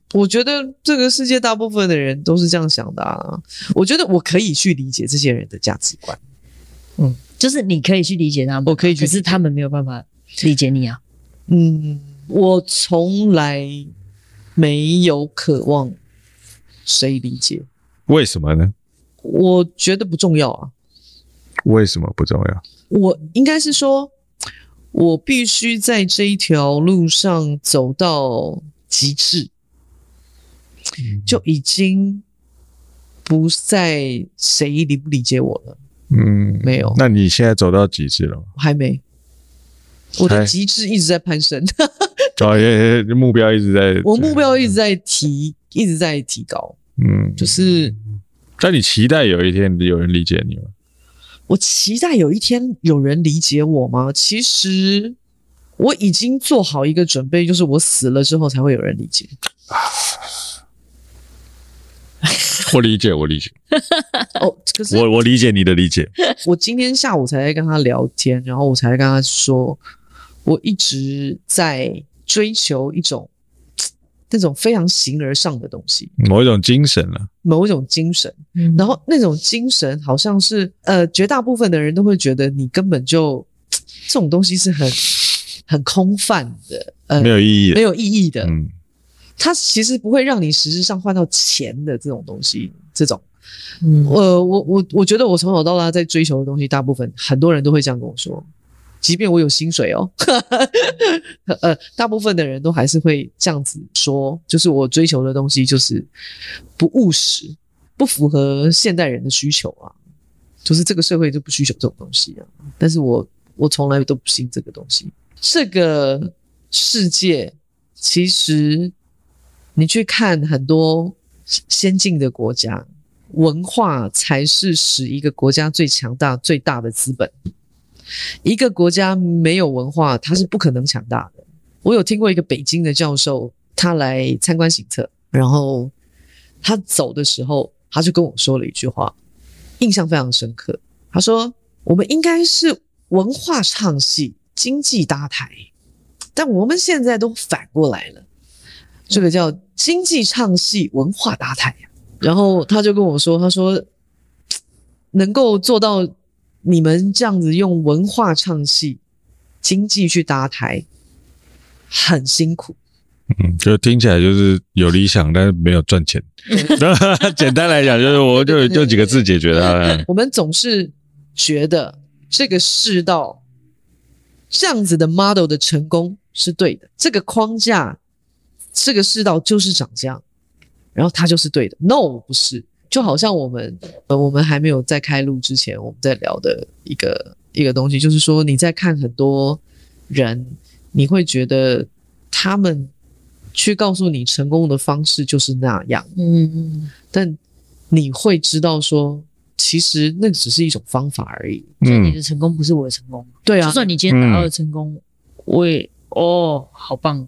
我觉得这个世界大部分的人都是这样想的啊。我觉得我可以去理解这些人的价值观。 就是你可以去理解他们， 我可以去理解， 可是他们没有办法理解你啊。 我从来没有渴望谁理解。 为什么呢？ 我觉得不重要啊。 为什么不重要？ 我应该是说，我必须在这一条路上走到极致，就已经不在谁理不理解我了。没有。 那你现在走到极致了吗？ 还没。我的极致一直在攀升。 目标一直在， 我目标一直在提高。就是。 但你期待有一天有人理解你吗？ 我期待有一天有人理解我吗？其实我已经做好一个准备，就是我死了之后才会有人理解。 我理解。 可是我理解你的理解。 我今天下午才在跟他聊天，然后我才跟他说，我一直在追求一种那种非常形而上的东西， 某一种精神了， 某一种精神。然后那种精神好像是绝大部分的人都会觉得你根本就这种东西是很空泛的， 没有意义的。它其实不会让你实质上换到钱的这种东西。这种我觉得我从小到大在追求的东西，大部分很多人都会这样跟我说，即便我有薪水哦。大部分的人都还是会这样子说，就是我追求的东西就是不务实，不符合现代人的需求啊，就是这个社会就不需求这种东西啊。但是我从来都不信这个东西。这个世界其实你去看很多先进的国家，文化才是使一个国家最强大最大的资本。一个国家没有文化，它是不可能强大的。我有听过一个北京的教授，他来参观行测，然后他走的时候，他就跟我说了一句话，印象非常深刻。他说，我们应该是文化唱戏，经济搭台，但我们现在都反过来了，这个叫经济唱戏，文化搭台。然后他就跟我说，他说能够做到你们这样子用文化唱戏，经济去搭台，很辛苦。 就听起来就是有理想，但是没有赚钱。简单来讲，就是我就几个字解决它。 我们总是觉得这个世道这样子的 model 的成功是对的，这个框架，这个世道就是长这样，然后它就是对的。No， 不是。就好像我们还没有在开录之前，我们在聊的一个东西，就是说你在看很多人，你会觉得他们去告诉你成功的方式就是那样，但你会知道说，其实那只是一种方法而已。 所以你的成功不是我的成功。 对啊， 就算你今天达到了成功，我也好棒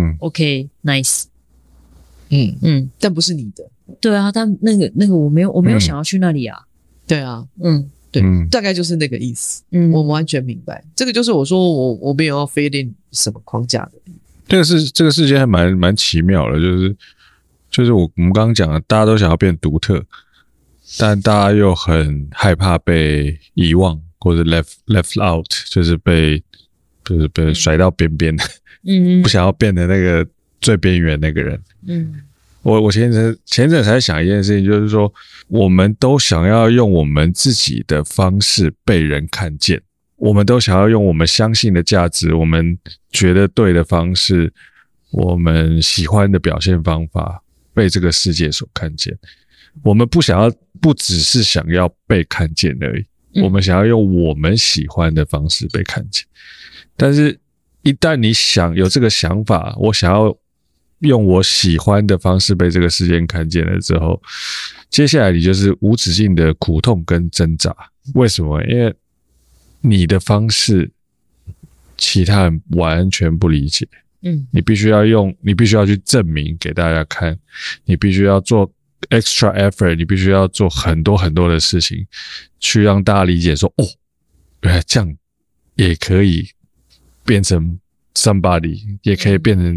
，OK nice， 但不是你的。 对啊，但那个我没有想要去那里啊。 对啊，对，大概就是那个意思。我完全明白，这个就是我说我没有要 fit in 什么框架的。 这个世界还蛮奇妙的，就是我们刚刚讲的，大家都想要变独特，但大家又很害怕被遗忘或者 left out， 就是被甩到边边的，不想要变得那个最边缘那个人。我前一阵才想一件事情，就是说我们都想要用我们自己的方式被人看见，我们都想要用我们相信的价值，我们觉得对的方式，我们喜欢的表现方法被这个世界所看见。我们不只是想要被看见而已，我们想要用我们喜欢的方式被看见。但是一旦你有这个想法，我想要用我喜欢的方式被这个世界看见了之后，接下来你就是无止境的苦痛跟挣扎。为什么？因为你的方式其他人完全不理解。你必须要去证明给大家看，你必须要做 extra effort， 你必须要做很多很多的事情去让大家理解说，原来这样也可以变成 somebody， 也可以变成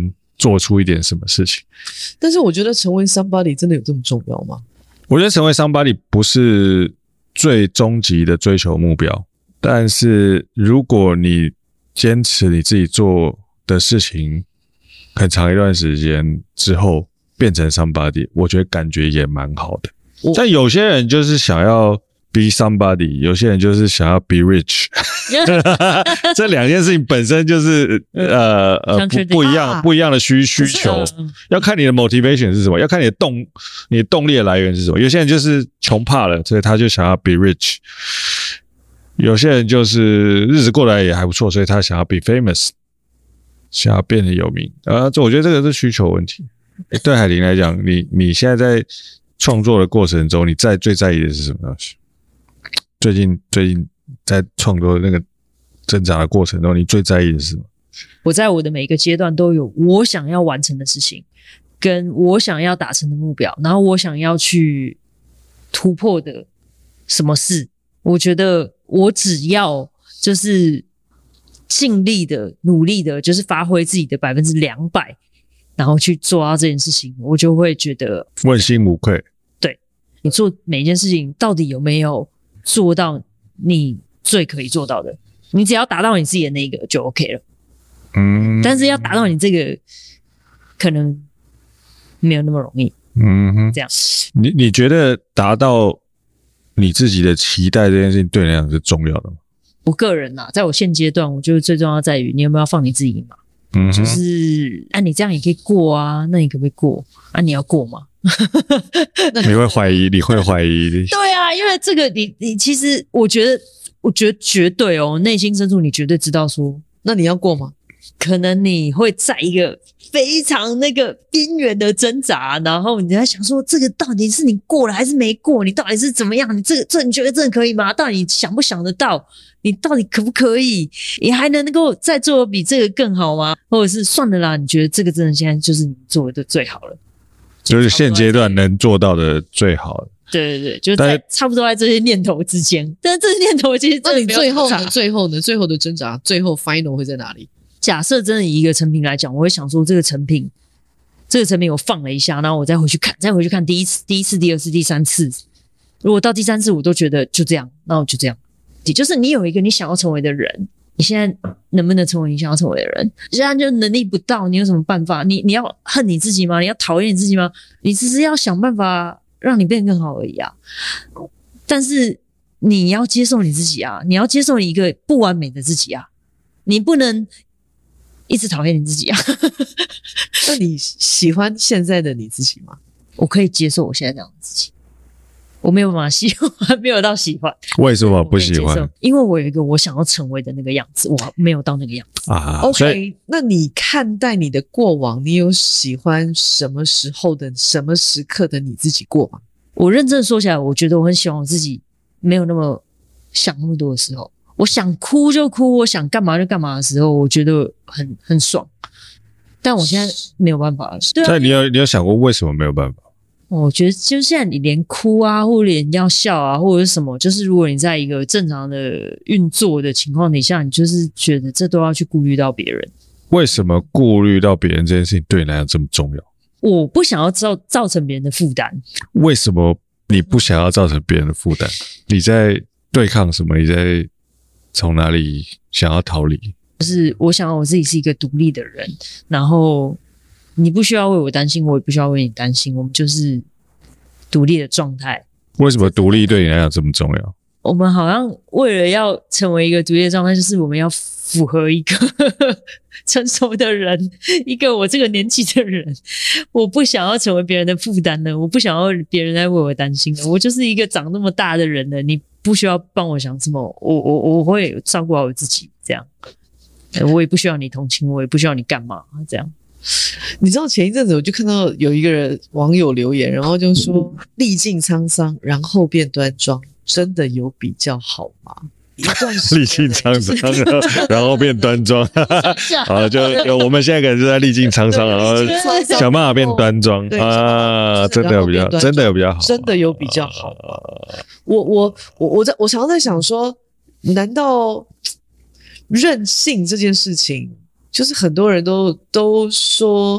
做出一点什么事情。 但是我觉得成为 somebody 真的有这么重要吗？ 我觉得成为 somebody 不是最终极的追求目标，但是如果你坚持你自己做的事情很长一段时间之后变成 somebody， 我觉得感觉也蛮好的。但有些人就是想要 be somebody， 有些人就是想要 be rich 这两件事情本身就是不一样的需求，要看你的 motivation 是什么，要看你的动力的来源是什么。有些人就是穷怕了，所以他就想要 be rich， 有些人就是日子过得也还不错，所以他想要 be famous， 想要变得有名我觉得这个是需求问题。对海玲来讲，你现在在创作的过程中，你最在意的是什么东西？最近在创作那个挣扎的过程中，你最在意的是什么？ 我在我的每一个阶段都有我想要完成的事情，跟我想要达成的目标，然后我想要去突破的什么事。我觉得我只要就是尽力的、努力的，就是发挥自己的200%，然后去做到这件事情，我就会觉得问心无愧。 对，你做每一件事情到底有没有做到你最可以做到的？你只要达到你自己的那个就 OK 了。但是要达到你这个，可能没有那么容易。这样。 你觉得达到你自己的期待这件事情对你来讲是重要的吗？ 我个人在我现阶段，我觉得最重要在于你有没有放你自己一马。就是你这样也可以过啊，那你可不可以过啊？你要过吗？ 你会怀疑对啊，因为这个你其实我觉得绝对内心深处你绝对知道说， 那你要过吗？ 可能你会在一个非常那个边缘的挣扎，然后你在想说，这个到底是你过了还是没过？你到底是怎么样？你这你觉得真的可以吗？到底你想不想得到？你到底可不可以？你还能够再做比这个更好吗？或者是算了啦？你觉得这个真的现在就是你做的最好了， 就是现阶段能做到的最好了。 对，就在差不多在这些念头之间。但是这些念头其实真的没有。 那你最后的挣扎，最后 final 会在哪里？ 假设真的以一个成品来讲，我会想说这个成品我放了一下，然后我再回去看第一次、第二次、第三次。如果到第三次我都觉得就这样，那我就这样。就是你有一个你想要成为的人，你现在能不能成为你想要成为的人？现在就能力不到，你有什么办法？你要恨你自己吗？你要讨厌你自己吗？你只是要想办法让你变得更好而已啊。但是你要接受你自己啊，你要接受你一个不完美的自己啊，你不能一直讨厌你自己啊。 那你喜欢现在的你自己吗？ 我可以接受我现在这样的自己。我没有办法喜欢，没有到喜欢。 为什么不喜欢？ 因为我有一个我想要成为的那个样子，我没有到那个样子啊。 OK， 那你看待你的过往，你有喜欢什么时候的、什么时刻的你自己过吗？ 我认真说起来，我觉得我很喜欢我自己，没有那么想那么多的时候。我想哭就哭，我想干嘛就干嘛的时候，我觉得很爽。但我现在没有办法了。对啊， 但你有想过为什么没有办法？ 我觉得就是现在你连哭啊，或者连要笑啊，或者是什么，就是如果你在一个正常的运作的情况底下，你就是觉得这都要去顾虑到别人。 为什么顾虑到别人这件事情对你来讲这么重要？ 我不想要造成别人的负担。 为什么你不想要造成别人的负担？你在对抗什么？你在从哪里想要逃离？ 就是我想要我自己是一个独立的人，然后你不需要为我担心，我也不需要为你担心，我们就是独立的状态。 为什么独立对你来讲这么重要？ 我们好像为了要成为一个独立的状态，就是我们要符合一个成熟的人，一个我这个年纪的人。我不想要成为别人的负担了，我不想要别人来为我担心了。我就是一个长那么大的人了，你不需要帮我想什么，我会照顾好我自己，这样。我也不需要你同情我，也不需要你干嘛，这样。 你知道前一阵子我就看到有一个人网友留言，然后就说历尽沧桑然后变端庄，真的有比较好吗？一段时间历尽沧桑然后变端庄好，就我们现在可能就在历尽沧桑然后想办法变端庄啊，真的有比较好，真的有比较好吗？ 我常常在想说，难道任性这件事情，就是很多人都说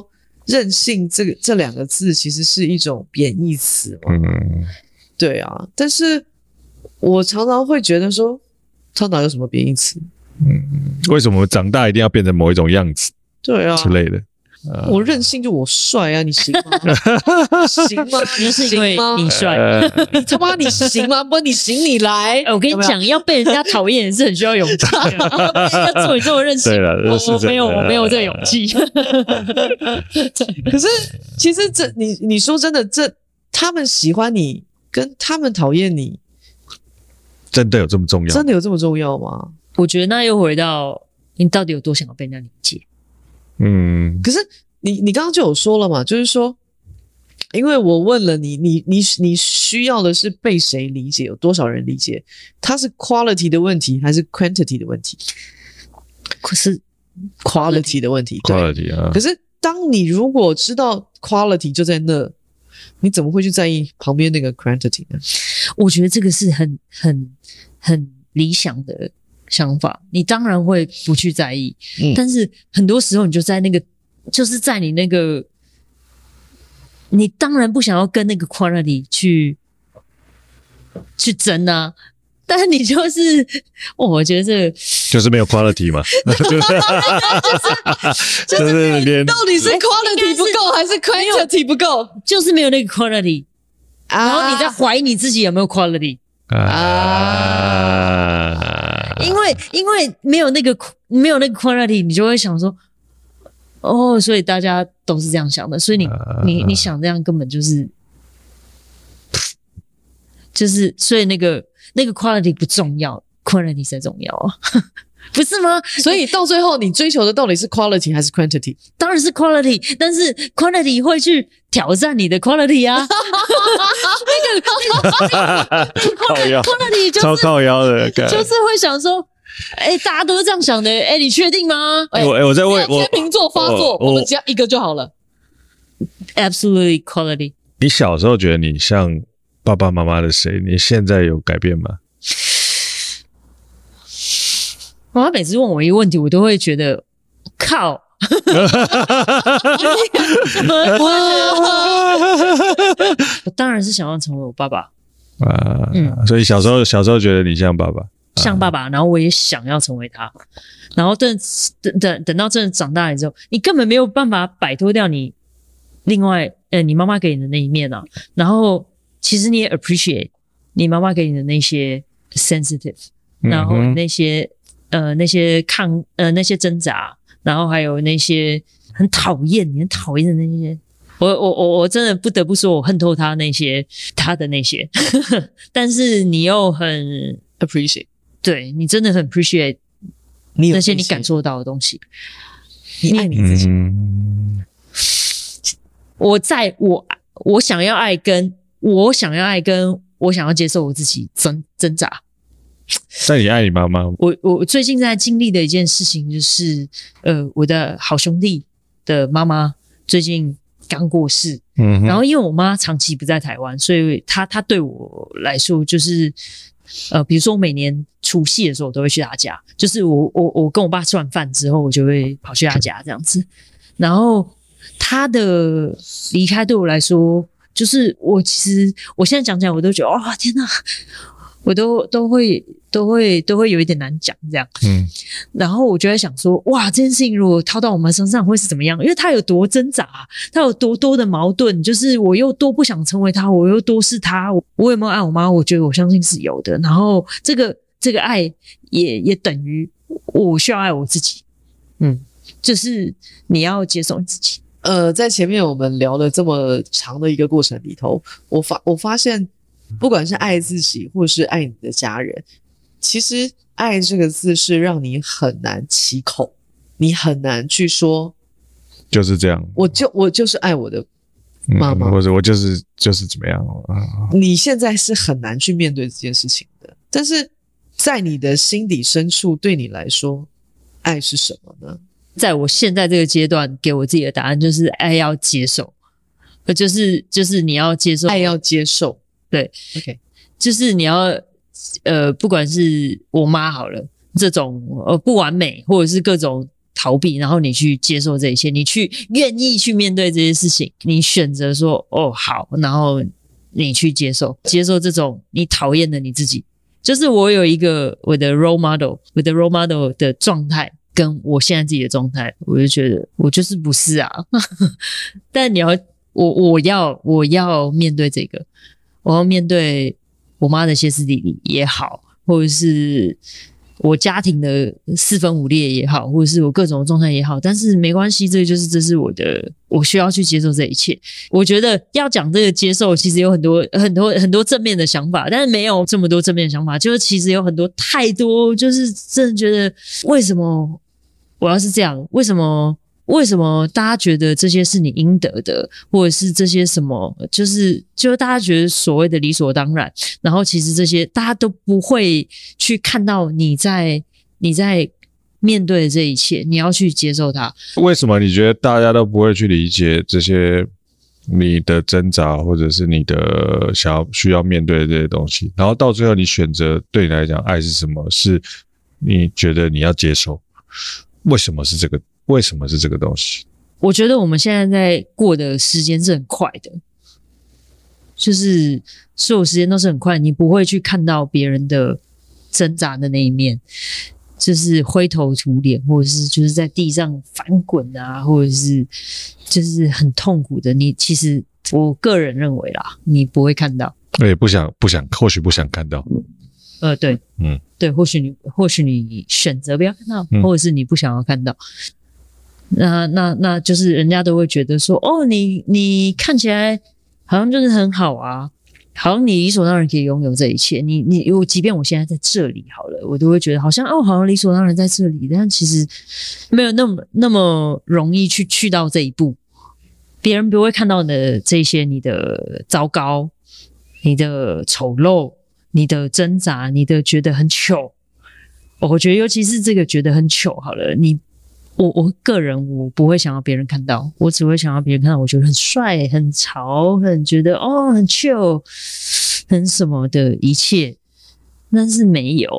任性这两个字其实是一种贬义词嘛。对啊，但是我常常会觉得说，它哪有什么贬义词？ 为什么长大一定要变成某一种样子？ 对啊， 之类的。 我任性就我帅啊，你行吗？行吗？ 你是因为你帅， 你他妈你行吗？不，你行你来。 我跟你讲，要被人家讨厌也是很需要勇气的。要做你这么任性， 对了， 我没有这个勇气。 可是其实你说真的，他们喜欢你跟他们讨厌你， 真的有这么重要？ 真的有这么重要吗？ 我觉得那又回到你到底有多想要被人家理解。 可是你刚刚就有说了嘛，就是说，因为我问了你需要的是被谁理解，有多少人理解，它是 quality 的问题还是 quantity 的问题？ 可是 quality 的问题 ，quality 啊。 可是当你如果知道 quality 就在那，你怎么会去在意旁边那个 quantity 呢？ 我觉得这个是很理想的想法，你当然会不去在意，但是很多时候你就在那个，就是在你那个，你当然不想要跟那个 quality 去争啊，但是你就是，我觉得这个就是没有 quality 嘛，就是连到底是 quality 不够还是 quantity 不够， 就是没有那个 quality，然后你在怀疑你自己有没有 quality。因为没有那个 quality， 你就会想说，哦，所以大家都是这样想的，所以你想这样根本就是，所以那个 quality 不重要 ，quantity 才重要啊，不是吗？ 所以到最后你追求的到底是 quality 还是 quantity？ 当然是 quality， 但是 quantity 会去挑战你的 quality 啊。quality 就是超靠腰的， 就是会想说，大家都是这样想的，你确定吗？ 我在问， 天秤座发作，我们只要一个就好了。 Absolutely quality。 你小时候觉得你像爸爸妈妈的谁？你现在有改变吗？ 妈妈每次问我一个问题，我都会觉得靠。我当然是想要成为我爸爸所以小时候觉得你像爸爸， 像爸爸，然后我也想要成为他，然后等到真的长大了之后，你根本没有办法摆脱掉你另外你妈妈给你的那一面啊，然后其实你也 appreciate 你妈妈给你的那些 sensitive， 然后那些那些挣扎，然后还有那些你很讨厌的那些，我真的不得不说，我恨透他的那些，但是你又很 appreciate， 对你真的很 appreciate 那些你感受到的东西， 你爱你自己。 我想要爱跟我想要接受我自己挣扎。 但你爱你妈妈？ 我最近在经历的一件事情就是，我的好兄弟的妈妈最近刚过世，然后因为我妈长期不在台湾，所以她对我来说就是，比如说我每年除夕的时候，我都会去她家，就是我跟我爸吃完饭之后，我就会跑去她家这样子，然后她的离开对我来说，就是其实我现在讲起来，我都觉得哇天哪！我都会有一点难讲这样，然后我就在想说，哇，这件事情如果套到我们身上会是怎么样？因为他有多挣扎，他有多的矛盾，就是我又多不想成为他，我又多是他，我有没有爱我妈？我觉得我相信是有的。然后这个爱也等于我需要爱我自己，就是你要接受你自己。 在前面我们聊了这么长的一个过程里头，我发现。不管是爱自己或是爱你的家人，其实爱这个字是让你很难启口，你很难去说就是这样， 我就是爱我的妈妈， 或者我就是怎么样你现在是很难去面对这件事情的，但是在你的心底深处，对你来说爱是什么呢？ 在我现在这个阶段给我自己的答案就是爱要接受，就是你要接受， 爱要接受， 对 ，OK， 就是你要不管是我妈好了，这种不完美或者是各种逃避，然后你去接受这一切，你去愿意去面对这些事情，你选择说哦好，然后你去接受这种你讨厌的你自己。就是我有一个我的 role model 的状态跟我现在自己的状态，我就觉得我就是不是啊但我要面对这个，我要面对我妈的歇斯底里也好，或者是我家庭的四分五裂也好，或者是我各种状态也好，但是没关系，这是我需要去接受这一切。我觉得要讲这个接受，其实有很多正面的想法，但是没有这么多正面的想法，就是其实有很多太多，就是真的觉得为什么我要是这样，为什么大家觉得这些是你应得的，或者是这些什么，就是大家觉得所谓的理所当然，然后其实这些大家都不会去看到你在面对的这一切，你要去接受它。 为什么你觉得大家都不会去理解这些你的挣扎，或者是你的需要面对的这些东西，然后到最后你选择对你来讲爱是什么，是你觉得你要接受，为什么是这个东西？ 我觉得我们现在在过的时间是很快的，就是所有时间都是很快，你不会去看到别人的挣扎的那一面，就是灰头土脸，或者是就是在地上翻滚啊，或者是就是很痛苦的，你其实我个人认为啦，你不会看到， 也或许不想看到。 对，对，或许你选择不要看到，或者是你不想要看到，那就是人家都会觉得说，哦，你看起来好像就是很好啊，好像你理所当然可以拥有这一切，我即便我现在在这里好了，我都会觉得好像理所当然在这里，但其实没有那么容易去到这一步，别人不会看到的这些你的糟糕，你的丑陋，你的挣扎，你的觉得很糗，我觉得尤其是这个觉得很糗好了，我个人我不会想要别人看到，我只会想要别人看到我觉得很帅、很潮、很觉得很糗、很什么的一切，但是没有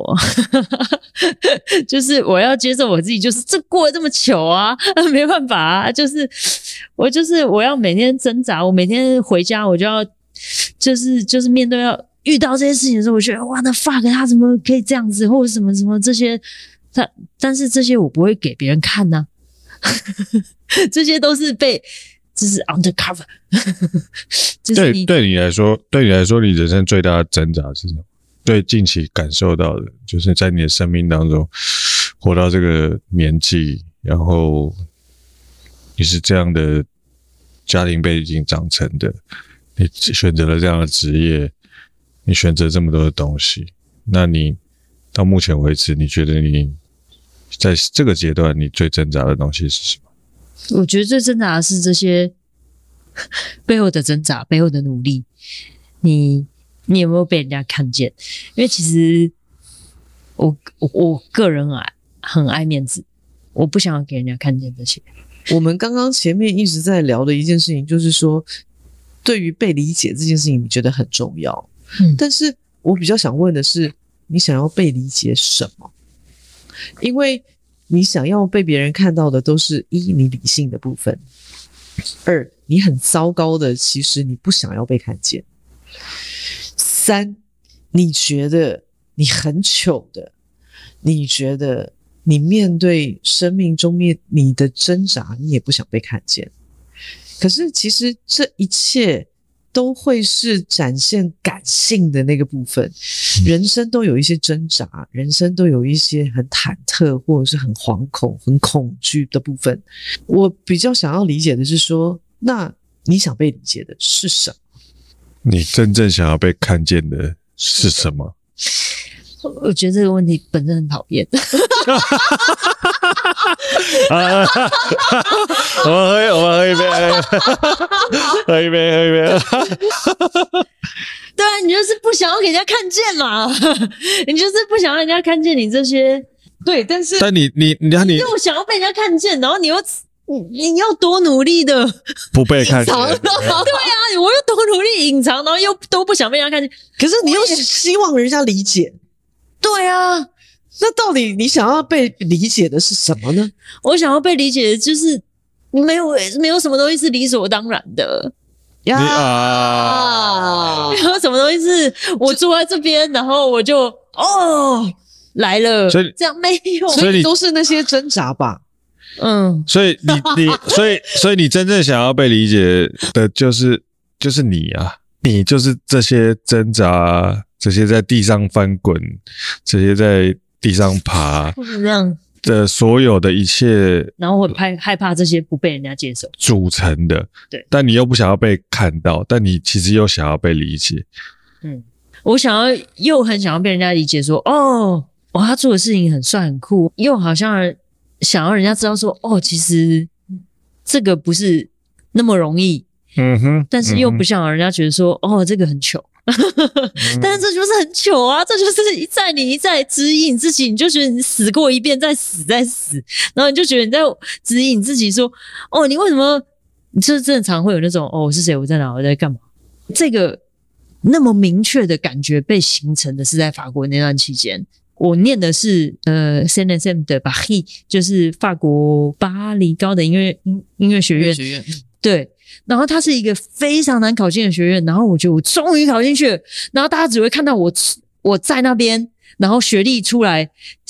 就是我要接受我自己，就是这过得这么糗啊，没办法啊，我要每天挣扎，我每天回家我就要就是面对要遇到这些事情的时候，我觉得哇，那 fuck 他怎么可以这样子，或者什么什么这些，但是这些我不会给别人看啊这些都是就是 undercover 就是对你来说，你人生最大的挣扎是什么？对近期感受到的，就是在你的生命当中活到这个年纪，然后你是这样的家庭背景长成的，你选择了这样的职业，你选择这么多的东西，那你到目前为止，你觉得你在这个阶段你最挣扎的东西是什么？ 我觉得最挣扎的是这些背后的挣扎，背后的努力，你有没有被人家看见？因为其实我个人很爱面子，我不想要给人家看见这些。 我们刚刚前面一直在聊的一件事情，就是说对于被理解这件事情你觉得很重要，但是我比较想问的是，你想要被理解什么？因为你想要被别人看到的都是一，你理性的部分；二，你很糟糕的，其实你不想要被看见；三，你觉得你很糗的，你觉得你面对生命中你的挣扎，你也不想被看见。可是其实这一切都会是展现感性的那个部分，人生都有一些挣扎，人生都有一些很忐忑或者是很惶恐很恐惧的部分。我比较想要理解的是说，那你想被理解的是什么？ 你真正想要被看见的是什么？ 我觉得这个问题本身很讨厌我们喝一杯喝一杯对啊，你就是不想要给人家看见嘛你就是不想让人家看见你这些，对，但你又想要被人家看见，然后你要多努力的不被看见对啊，我又多努力隐藏，然后又都不想被人家看见， 可是你又希望人家理解。 对啊， 那到底你想要被理解的是什么呢？ 我想要被理解的就是没有什么东西是理所当然的呀， 没有什么东西是我坐在这边，然后我就来了， 所以这样没有， 所以都是那些挣扎吧。 所以所以你真正想要被理解的就是你啊，你就是这些挣扎，这些在地上翻滚，这些在地上爬这样的所有的一切， 然后我害怕这些不被人家接受组成的。 对， 但你又不想要被看到，但你其实又想要被理解。 我又很想要被人家理解说，他做的事情很帅很酷，又好像想要人家知道说，其实这个不是那么容易，但是又不想让人家觉得说，这个很糗，但是这就是很糗啊，这就是你一再指引自己，你就觉得你死过一遍，再死，然后你就觉得你在指引自己说，你为什么？你就是正常会有那种，我是谁，我在哪，我在干嘛？这个那么明确的感觉被形成的是在法国那段期间。我念的是CNSM 的 Paris， 就是法国巴黎高等音乐学院。对，然后它是一个非常难考进的学院，然后我觉得我终于考进去了，然后大家只会看到我在那边，然后学历出来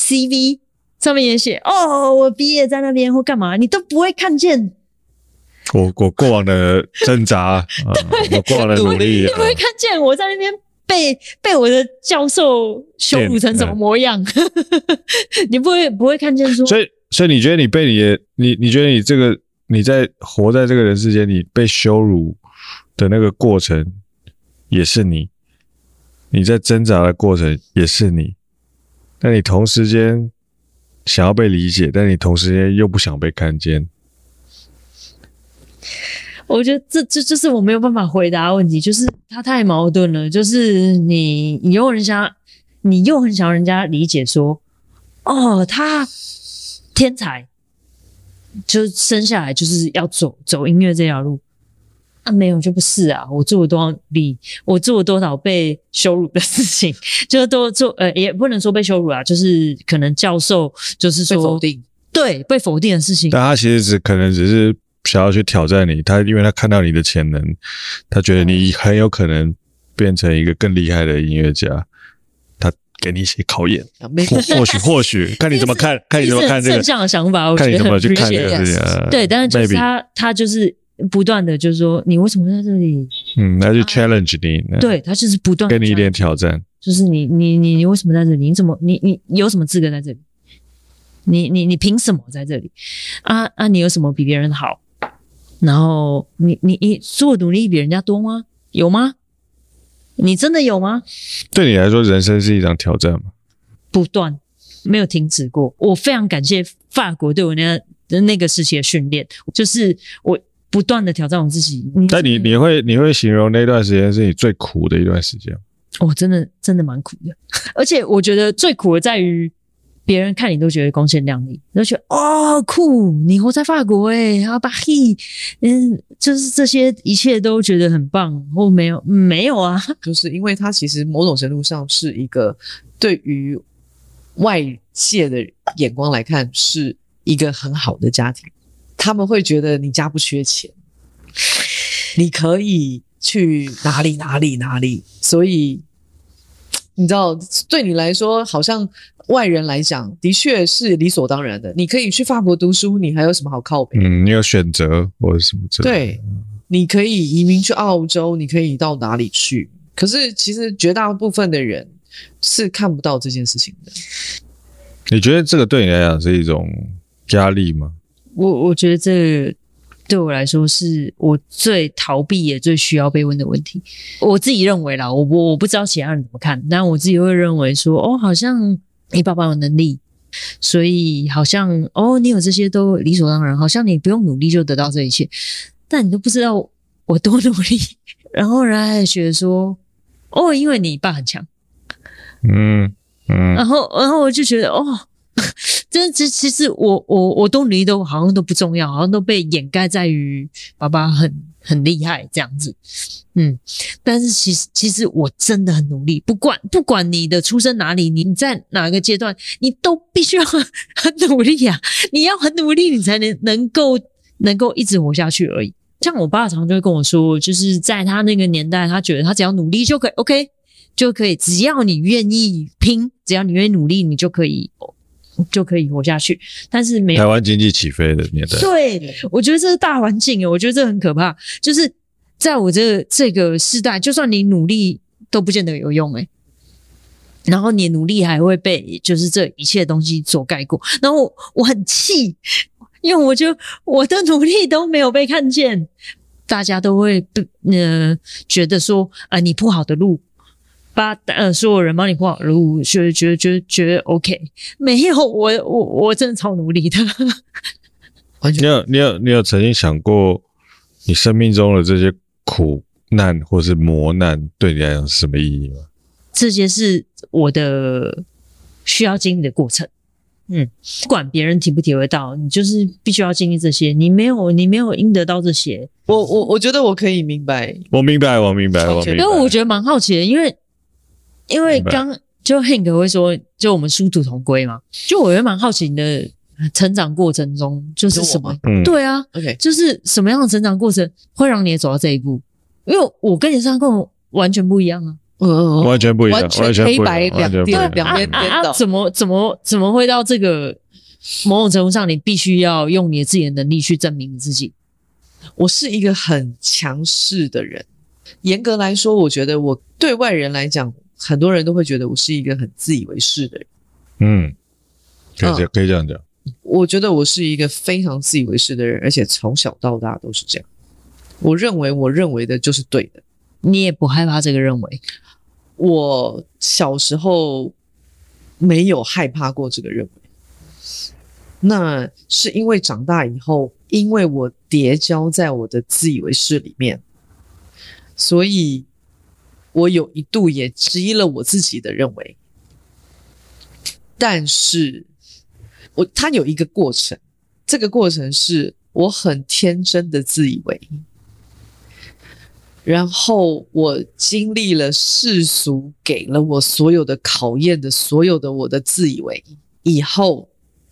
CV 上面也写我毕业在那边或干嘛，你都不会看见我过往的挣扎我过往的努力， 你不会看见我在那边被我的教授羞辱成什么模样你不会看见说， 所以你觉得你被你觉得你这个你在活在这个人世间，你被羞辱的那个过程也是你在挣扎的过程也是你，但你同时间想要被理解，但你同时间又不想被看见。 我觉得这就是我没有办法回答的问题，就是他太矛盾了，就是你又很想要人家理解说，他天才，就生下来就是要走音乐这条路没有就不是啊，我做了多少努力，我做了多少被羞辱的事情，就是都做也不能说被羞辱啊，就是可能教授就是说被否定， 对，被否定的事情， 但他其实可能只是想要去挑战你，因为他看到你的潜能，他觉得你很有可能变成一个更厉害的音乐家，他给你一些考验，或许看你怎么看，看你怎么看这个正向的想法，我觉得看你怎么去看这个事情。 对，但是就是他就是不断的就是说，你为什么在这里？ 他就 challenge 你， 对，他就是不断给你一点挑战， 就是你为什么在这里？你怎么你有什么资格在这里？你凭什么在这里？你有什么比别人好？然后你做努力比人家多吗？有吗？你真的有吗？ 对你来说，人生是一场挑战吗？ 不断，没有停止过。我非常感谢法国对我那个时期的训练，就是我不断的挑战我自己。 但你会形容那段时间是你最苦的一段时间？ 真的蛮苦的，而且我觉得最苦的在于别人看你都觉得光鲜亮丽，都觉得酷，你活在法国巴黎，就是这些一切都觉得很棒，或没有啊， 就是因为它其实某种程度上是一个对于外界的眼光来看是一个很好的家庭，他们会觉得你家不缺钱，你可以去哪里，所以你知道对你来说好像外人来讲的确是理所当然的，你可以去法国读书，你还有什么好靠北？ 你有选择或者什么之类的。 对，你可以移民去澳洲，你可以到哪里去，可是其实绝大部分的人是看不到这件事情的。 你觉得这个对你来讲是一种压力吗？ 我觉得这个对我来说是我最逃避也最需要被问的问题。我自己认为啦，我不知道其他人怎么看，但我自己会认为说，好像你爸爸有能力，所以好像你有这些都理所当然，好像你不用努力就得到这一切，但你都不知道我多努力，然后人还觉得说，因为你爸很强，然后我就觉得其实我多努力都好像都不重要，好像都被掩盖在于爸爸很厉害这样子。但是其实我真的很努力，不管你的出生哪里，你在哪个阶段，你都必须要很努力啊！你要很努力，你才能够一直活下去而已。像我爸常常就会跟我说，就是在他那个年代，他觉得他只要努力就可以 ，OK， 就可以，只要你愿意拼，只要你愿意努力，你就可以活下去。但是没有台湾经济起飞的年代， 对，我觉得这是大环境，我觉得这很可怕。就是在我这个世代，就算你努力都不见得有用然后你努力还会被就是这一切东西所盖过。然后我很气。因为我觉得我的努力都没有被看见，大家都会觉得说你铺好的路，所有人帮你铺好的路，觉得 OK， 没有我真的超努力的。 你有曾经想过，你生命中的这些苦难或是磨难对你来讲是什么意义吗？ 这些是我的需要经历的过程。不管别人体不体会到，你就是必须要经历这些，你没有赢得到这些。 我觉得我可以明白， 我明白。 因为我觉得蛮好奇的，因为刚就 Hank 会说，就我们殊途同归嘛，就我也蛮好奇你的成长过程中就是什么，对啊 ，OK， 就是什么样的成长过程会让你也走到这一步？因为我跟你上课完全不一样啊。 完全不一样， 完全黑白两边颠倒。 怎么会到这个某种程度上，你必须要用你自己的能力去证明你自己？ 我是一个很强势的人，严格来说，我觉得我对外人来讲，很多人都会觉得我是一个很自以为是的人。 可以这样讲。 我觉得我是一个非常自以为是的人，而且从小到大都是这样。我认为的就是对的。 你也不害怕这个认为？ 我小时候没有害怕过这个认为，那是因为长大以后，因为我跌跤在我的自以为是里面，所以我有一度也质疑了我自己的认为。但是它有一个过程，这个过程是我很天真的自以为，然后我经历了世俗给了我所有的考验的所有的我的自以为以后，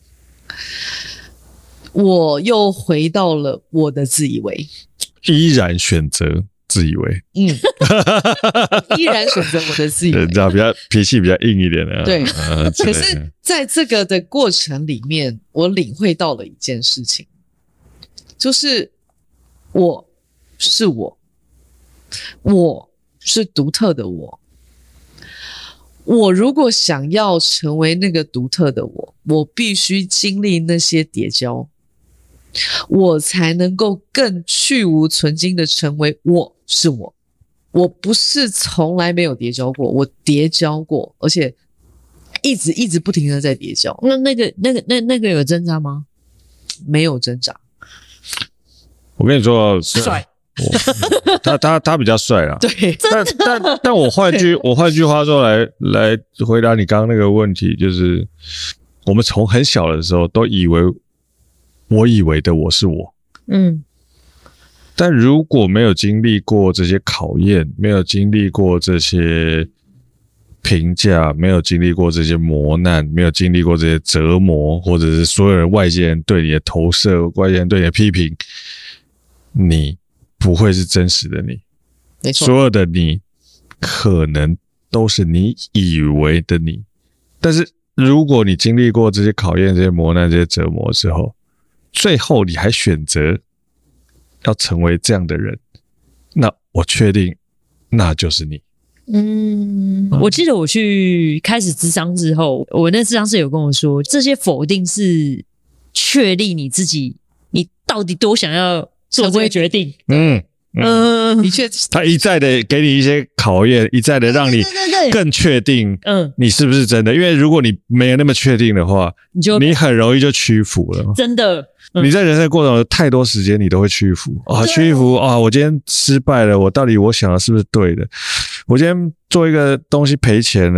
我又回到了我的自以为， 依然选择自以为， 依然选择我的自以为， 你知道脾气比较硬一点的， 对。可是在这个的过程里面，我领会到了一件事情，就是我是我。我是独特的我，我如果想要成为那个独特的我，我必须经历那些跌跤，我才能够更去无存菁的成为我是我。我不是从来没有跌跤过，我跌跤过，而且一直不停的在跌跤。 那个有挣扎吗？ 没有挣扎。 我跟你说， 帅。 他比较帅啦， 对， 但我换句话说来回答你刚刚那个问题，就是我们从很小的时候都以为我以为的我是我，但如果没有经历过这些考验，没有经历过这些评价，没有经历过这些磨难，没有经历过这些折磨，或者是所有人外界人对你的投射，外界人对你的批评，你不会是真实的你， 没错， 所有的你可能都是你以为的你，但是如果你经历过这些考验、这些磨难、这些折磨之后，最后你还选择要成为这样的人，那我确定那就是你。 我记得我去开始諮商之后，我那諮商师有跟我说，这些否定是确立你自己，你到底多想要做这个决定。 的确， 他一再的给你一些考验，一再的让你更确定，你是不是真的？因为如果你没有那么确定的话，你很容易就屈服了。 真的， 你在人生过程中太多时间你都会屈服啊，屈服啊！我今天失败了，我到底我想的是不是对的？我今天做一个东西赔钱了，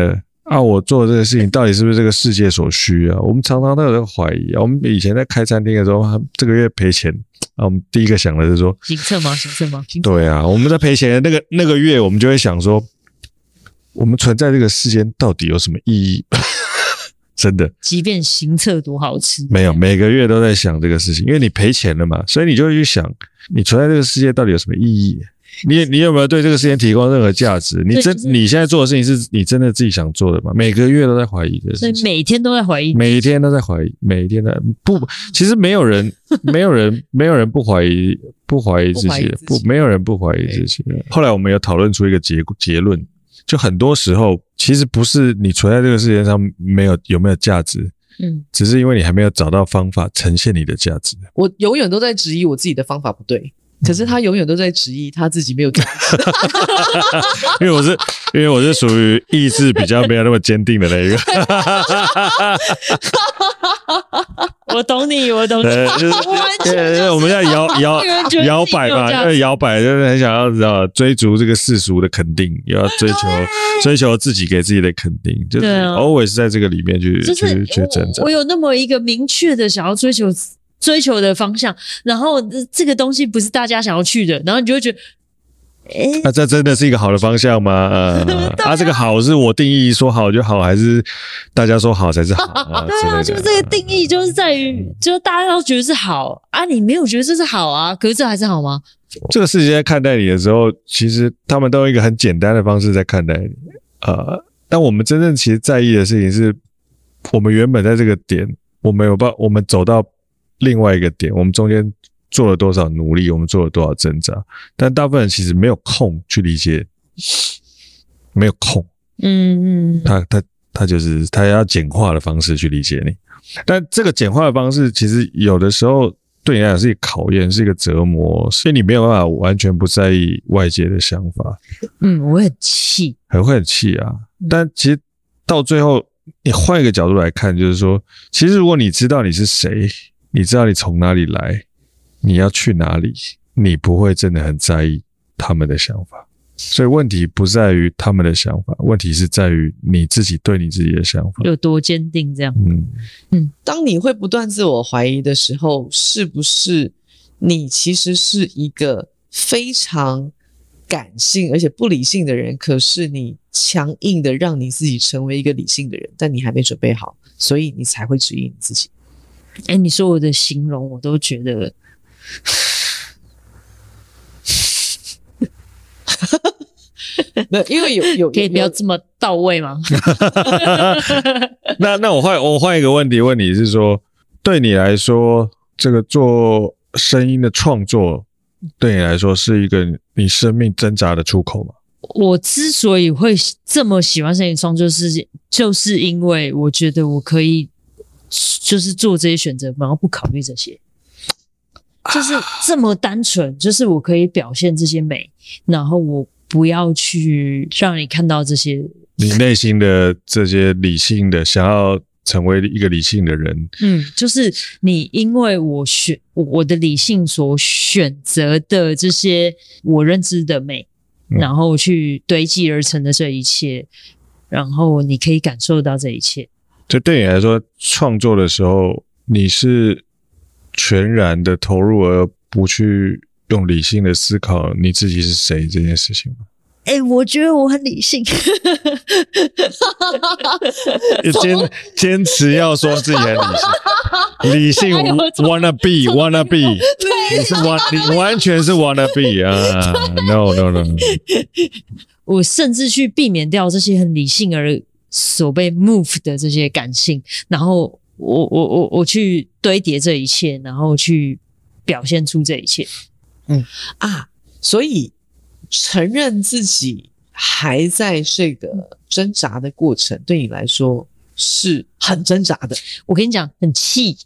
啊，我做的这个事情到底是不是这个世界所需啊？我们常常都有这个怀疑啊。我们以前在开餐厅的时候，这个月赔钱啊，我们第一个想的是说行测吗？ 对啊，我们在赔钱的那个月，我们就会想说，我们存在这个世间到底有什么意义？真的， 即便行测多好吃， 没有，每个月都在想这个事情，因为你赔钱了嘛，所以你就会去想，你存在这个世界到底有什么意义？你有没有对这个世界提供任何价值？你现在做的事情是你真的自己想做的吗？每个月都在怀疑的事情， 所以每天都在怀疑， 每天都在怀疑，每天在不，其实没有人不怀疑自己的，没有人不怀疑自己的。后来我们有讨论出一个结论，就很多时候其实不是你存在这个世界上有没有价值，只是因为你还没有找到方法呈现你的价值。 我永远都在质疑我自己的方法不对。可是他永远都在质疑他自己没有价值， 因为我是属于意志比较没有那么坚定的那一个。 我懂你， 就是我们要摇摆嘛，摇摆就是很想要知道追逐这个世俗的肯定，又要追求自己给自己的肯定，就是 always 在这个里面去挣扎。 我有那么一个明确的想要追求的方向，然后这个东西不是大家想要去的，然后你就会觉得， 那这真的是一个好的方向吗？这个好是我定义说好就好，还是大家说好才是好啊？ 对啊，就是这个定义就是在于，就是大家都觉得是好啊，你没有觉得这是好啊，可是这还是好吗？ 这个世界在看待你的时候，其实他们都用一个很简单的方式在看待你但我们真正其实在意的事情是，我们原本在这个点，我们走到另外一个点，我们中间做了多少努力，我们做了多少挣扎，但大部分人其实没有空去理解，没有空。他就是他要简化的方式去理解你，但这个简化的方式其实有的时候对你来讲是一个考验，是一个折磨，所以你没有办法完全不在意外界的想法。 我很气， 会很气啊。但其实到最后，你换一个角度来看，就是说，其实如果你知道你是谁，你知道你从哪里来，你要去哪里，你不会真的很在意他们的想法。所以问题不在于他们的想法，问题是在于你自己对你自己的想法有多坚定。这样， 当你会不断自我怀疑的时候，是不是你其实是一个非常感性而且不理性的人？可是你强硬的让你自己成为一个理性的人，但你还没准备好，所以你才会质疑你自己。 你说我的形容，我都觉得。 因为有可以不要这么到位吗？ 那我换一个问题问你，是说对你来说，这个做声音的创作对你来说是一个你生命挣扎的出口吗？ 我之所以会这么喜欢声音创作，就是因为我觉得我可以就是做这些选择，然后不考虑这些。就是这么单纯，就是我可以表现这些美，然后我不要去让你看到这些你内心的这些理性的，想要成为一个理性的人。 就是你因为我的理性所选择的这些我认知的美，然后去堆积而成的这一切，然后你可以感受到这一切。 就对你来说，创作的时候你是全然的投入，而不去用理性的思考你自己是谁这件事情吗？ 我觉得我很理性。 坚持要说自己很理性wanna be 你完全是 wanna be 啊 no 我甚至去避免掉这些很理性而所被 move 的这些感性，然后我去堆叠这一切，然后去表现出这一切。 所以承认自己还在这个挣扎的过程，对你来说是很挣扎的。 我跟你讲，很气。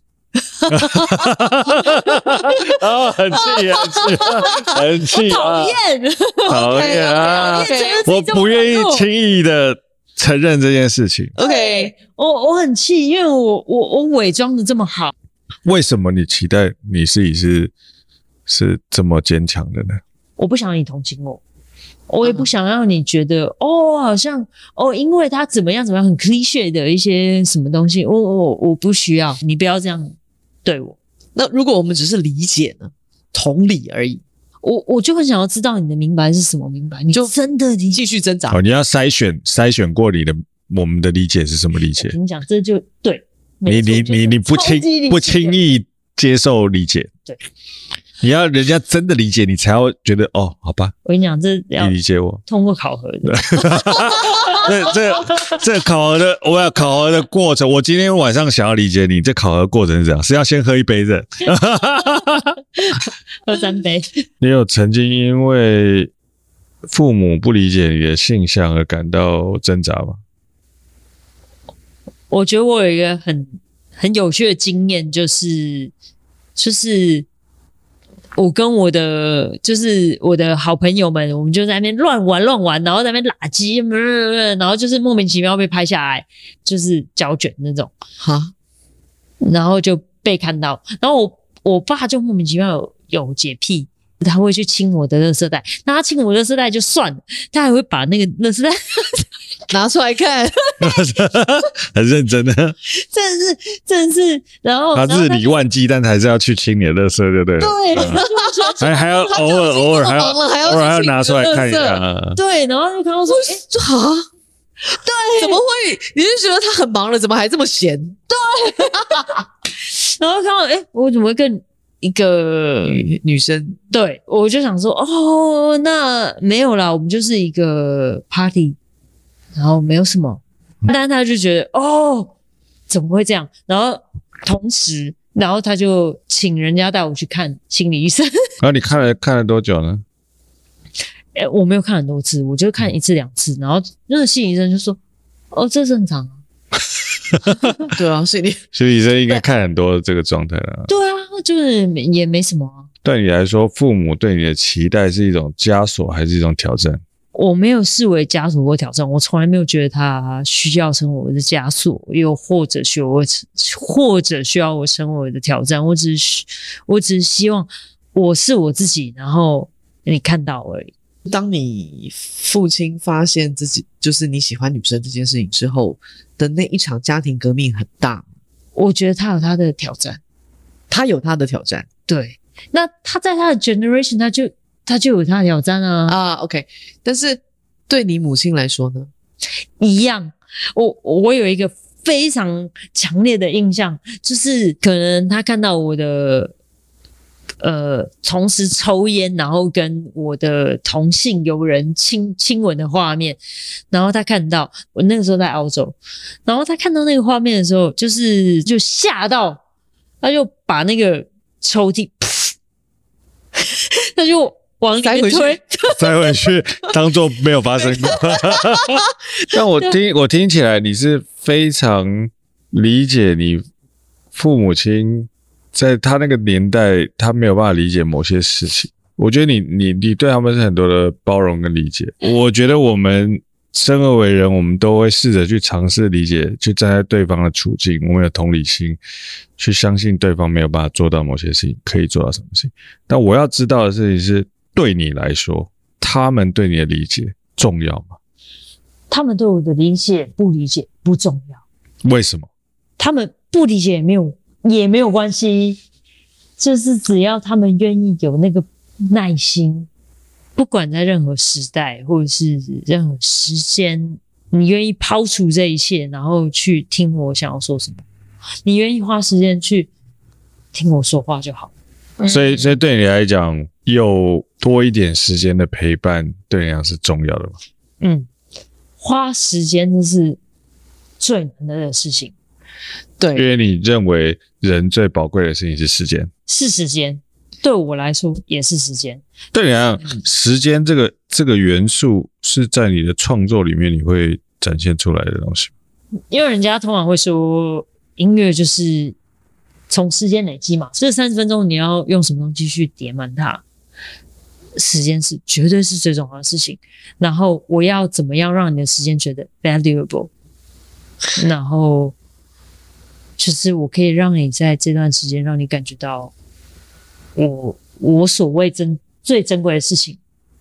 很气讨厌啊！我不愿意轻易的承认这件事情。 OK， 我很气，因为我伪装的这么好。 为什么你期待你自己是这么坚强的呢？ 我不想你同情我。 我也不想让你觉得好像因为他怎么样很 cliché 的一些什么东西，我不需要，你不要这样对我。 那如果我们只是理解呢？同理而已。 我就很想要知道你的明白是什么明白，你就真的继续挣扎。 你要筛选过我们的理解是什么理解？ 我跟你讲，这就对。 你不轻易接受理解， 对， 你要人家真的理解你，才要觉得好吧。 我跟你讲，这要你理解我， 通过考核的。 这考核的，我要考核的过程。我今天晚上想要理解你，这考核过程是这样，是要先喝一杯的， 喝3杯。 你有曾经因为父母不理解你的性向而感到挣扎吗？ 我觉得我有一个很有趣的经验，就是我跟我的好朋友们，我们就在那边乱玩，然后在那边拉鸡，然后就是莫名其妙被拍下来，就是胶卷那种，然后就被看到，然后我爸就莫名其妙有洁癖，他会去亲我的垃圾袋，那他亲我的垃圾袋就算了，他还会把那个垃圾袋拿出来看， 很认真的， 真的是，然后他日理万机，但还是要去清你的垃圾，对不对？ 对， 还要偶尔还要拿出来看一下， 对，然后就看到说，对， 怎么会？你就觉得他很忙了，怎么还这么闲？ 对，然后看到，我怎么会跟一个女生？ 对，我就想说，那没有啦，我们就是一个 party。然后没有什么，但是他就觉得怎么会这样？然后同时，然后他就请人家带我去看心理医生。 然后你看了多久呢？ 我没有看很多次，我就看1次2次。然后那个心理医生就说：“这正常啊。” 对啊，心理医生应该看很多这个状态了。 对啊，就是也没什么啊。 对你来说，父母对你的期待是一种枷锁，还是一种挑战？ 我没有视为枷锁或挑战，我从来没有觉得他需要成为我的枷锁，又或者需要我成为我的挑战。我只是希望我是我自己，然后你看到而已。 当你父亲发现自己就是你喜欢女生这件事情之后的那一场家庭革命很大， 我觉得他有他的挑战，对，那他在他的 generation 他就有他的挑战啊。 OK， 但是对你母亲来说呢？ 一样，我有一个非常强烈的印象，就是可能他看到我的同时抽烟，然后跟我的同性友人亲吻的画面，然后他看到我那个时候在澳洲，然后他看到那个画面的时候，就吓到，他就把那个抽屉，他就往里面推， 塞回去，当作没有发生过。但我听起来你是非常理解你父母亲在他那个年代，他没有办法理解某些事情。我觉得你对他们是很多的包容跟理解。我觉得我们生而为人，我们都会试着去尝试理解，去站在对方的处境，我们有同理心，去相信对方没有办法做到某些事情，可以做到什么事情。但我要知道的事情是，对你来说，他们对你的理解重要吗？ 他们对我的理解不理解不重要。 为什么？ 他们不理解也没有关系，就是只要他们愿意有那个耐心，不管在任何时代或者是任何时间，你愿意抛除这一切，然后去听我想要说什么，你愿意花时间去听我说话就好。 所以对你来讲，有多一点时间的陪伴，对你来讲是重要的吗？ 花时间这是最难的事情。对， 因为你认为人最宝贵的事情是时间， 是时间，对我来说也是时间。 对你来讲，时间这个元素是在你的创作里面你会展现出来的东西。 因为人家通常会说，音乐就是从时间累积嘛，这30分钟你要用什么东西去叠满它？时间是绝对是最重要的事情。然后我要怎么样让你的时间觉得 valuable？ 然后就是我可以让你在这段时间让你感觉到我所谓最珍贵的事情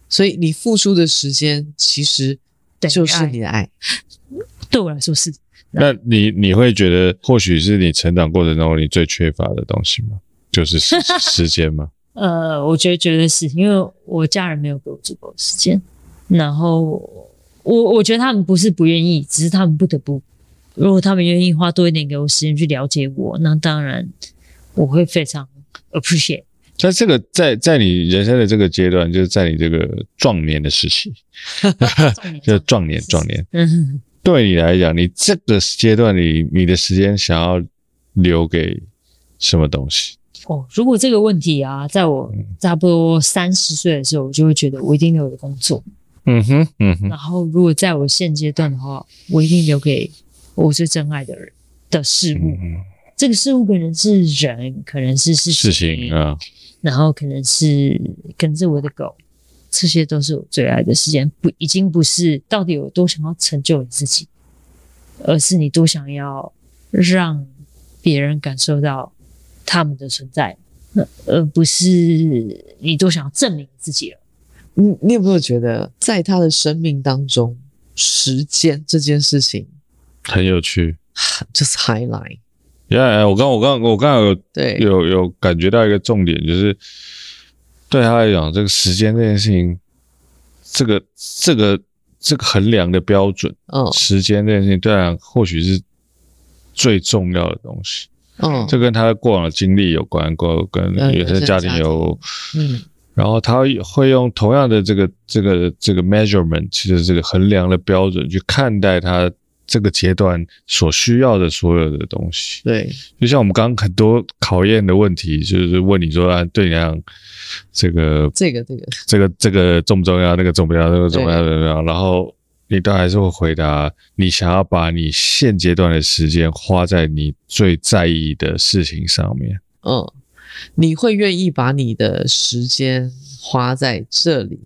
所以你付出的时间其实就是你的爱。 对我来说是。 那你会觉得或许是你成长过程中你最缺乏的东西吗？就是时间吗？ 我觉得是因为我家人没有给我足够的时间，然后我觉得他们不是不愿意，只是他们不得不。如果他们愿意花多一点给我时间去了解我，那当然我会非常 appreciate。 在这个在你人生的这个阶段，就是在你这个壮年的时期，就壮年，对你来讲，你这个阶段里，你的时间想要留给什么东西？ 如果这个问题啊，在我差不多30岁的时候，我就会觉得我一定留给工作。然后如果在我现阶段的话，我一定留给我最真爱的人的事物。这个事物可能是人，可能是事情啊，然后可能是我的狗。这些都是我最爱的时间，已经不是到底有多想要成就你自己，而是你多想要让别人感受到他们的存在，而不是你多想要证明自己了。 你有没有觉得在他的生命当中，时间这件事情很有趣， 就是 highlight。 我刚有感觉到一个重点，就是对他来讲，这个时间这件事情，这个衡量的标准，时间这件事情对他来讲或许是最重要的东西。这跟他过往的经历有关，跟原生家庭有，然后他会用同样的这个 measurement， 其实这个衡量的标准去看待他这个阶段所需要的所有的东西。 对， 就像我们刚刚很多考验的问题，就是问你说对你来讲，这个重不重要？那个重不重要？那个重不重要？然后你都还是会回答，你想要把你现阶段的时间花在你最在意的事情上面。 你会愿意把你的时间花在这里。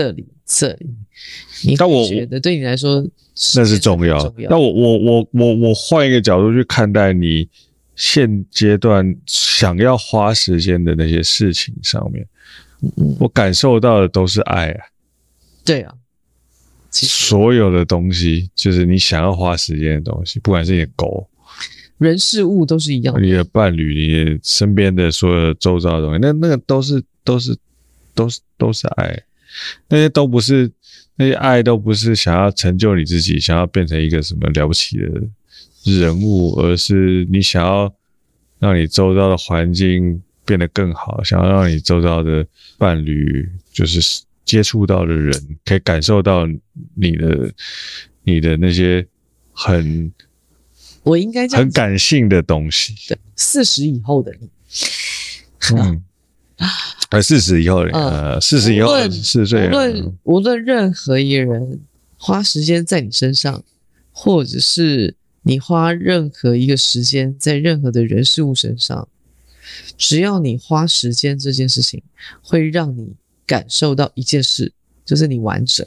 你会觉得对你来说那是重要的。那我换一个角度去看待你现阶段想要花时间的那些事情上面，我感受到的都是爱啊。 对啊， 所有的东西就是你想要花时间的东西，不管是你的狗、 人事物都是一样的， 你的伴侣、你身边的所有的周遭的东西，那个都是爱。那些爱都不是想要成就你自己，想要变成一个什么了不起的人物，而是你想要让你周遭的环境变得更好，想要让你周遭的伴侣，就是接触到的人，可以感受到你的那些我应该这样很感性的东西。 对，40以后的你 ，40以后，40以后40岁， 无论任何一个人花时间在你身上，或者是你花任何一个时间在任何的人事物身上，只要你花时间这件事情会让你感受到一件事，就是你完整。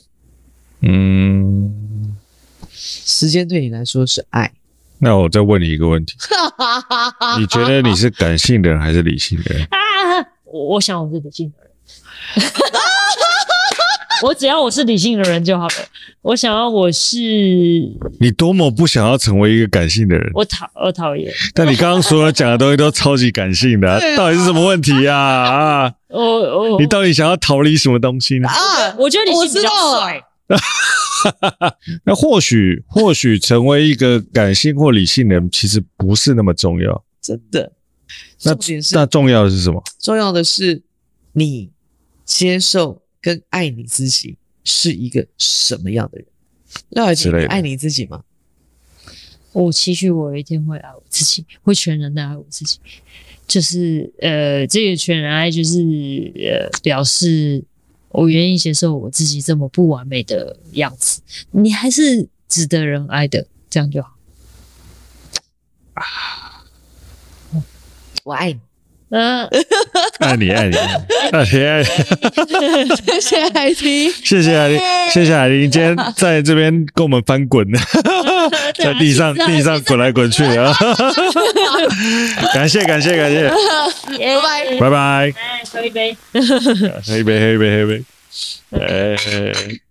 时间对你来说是爱。 那我再问你一个问题，你觉得你是感性的人还是理性的人？ 我想我是理性的人。我只要我是理性的人就好了。我想要我是…… 你多么不想要成为一个感性的人？ 我讨厌。 但你刚刚所有讲的东西都超级感性的，到底是什么问题啊？你到底想要逃离什么东西呢？ 我觉得理性比较帅。 那或许成为一个感性或理性的人其实不是那么重要， 真的。 那重要的是什么？ 重要的是你接受跟爱你自己是一个什么样的人。廖伟霆，你爱你自己吗？ 我期许我一定会爱我自己，会全然的爱我自己。就是这个全然爱就是表示我愿意接受我自己这么不完美的样子，你还是值得人爱的，这样就好。 我爱你。 爱你。 谢谢海婷， 谢谢海婷，今天在这边跟我们翻滚，在地上滚来滚去的。感谢，拜拜。 喝一杯。 喝一杯。 哎。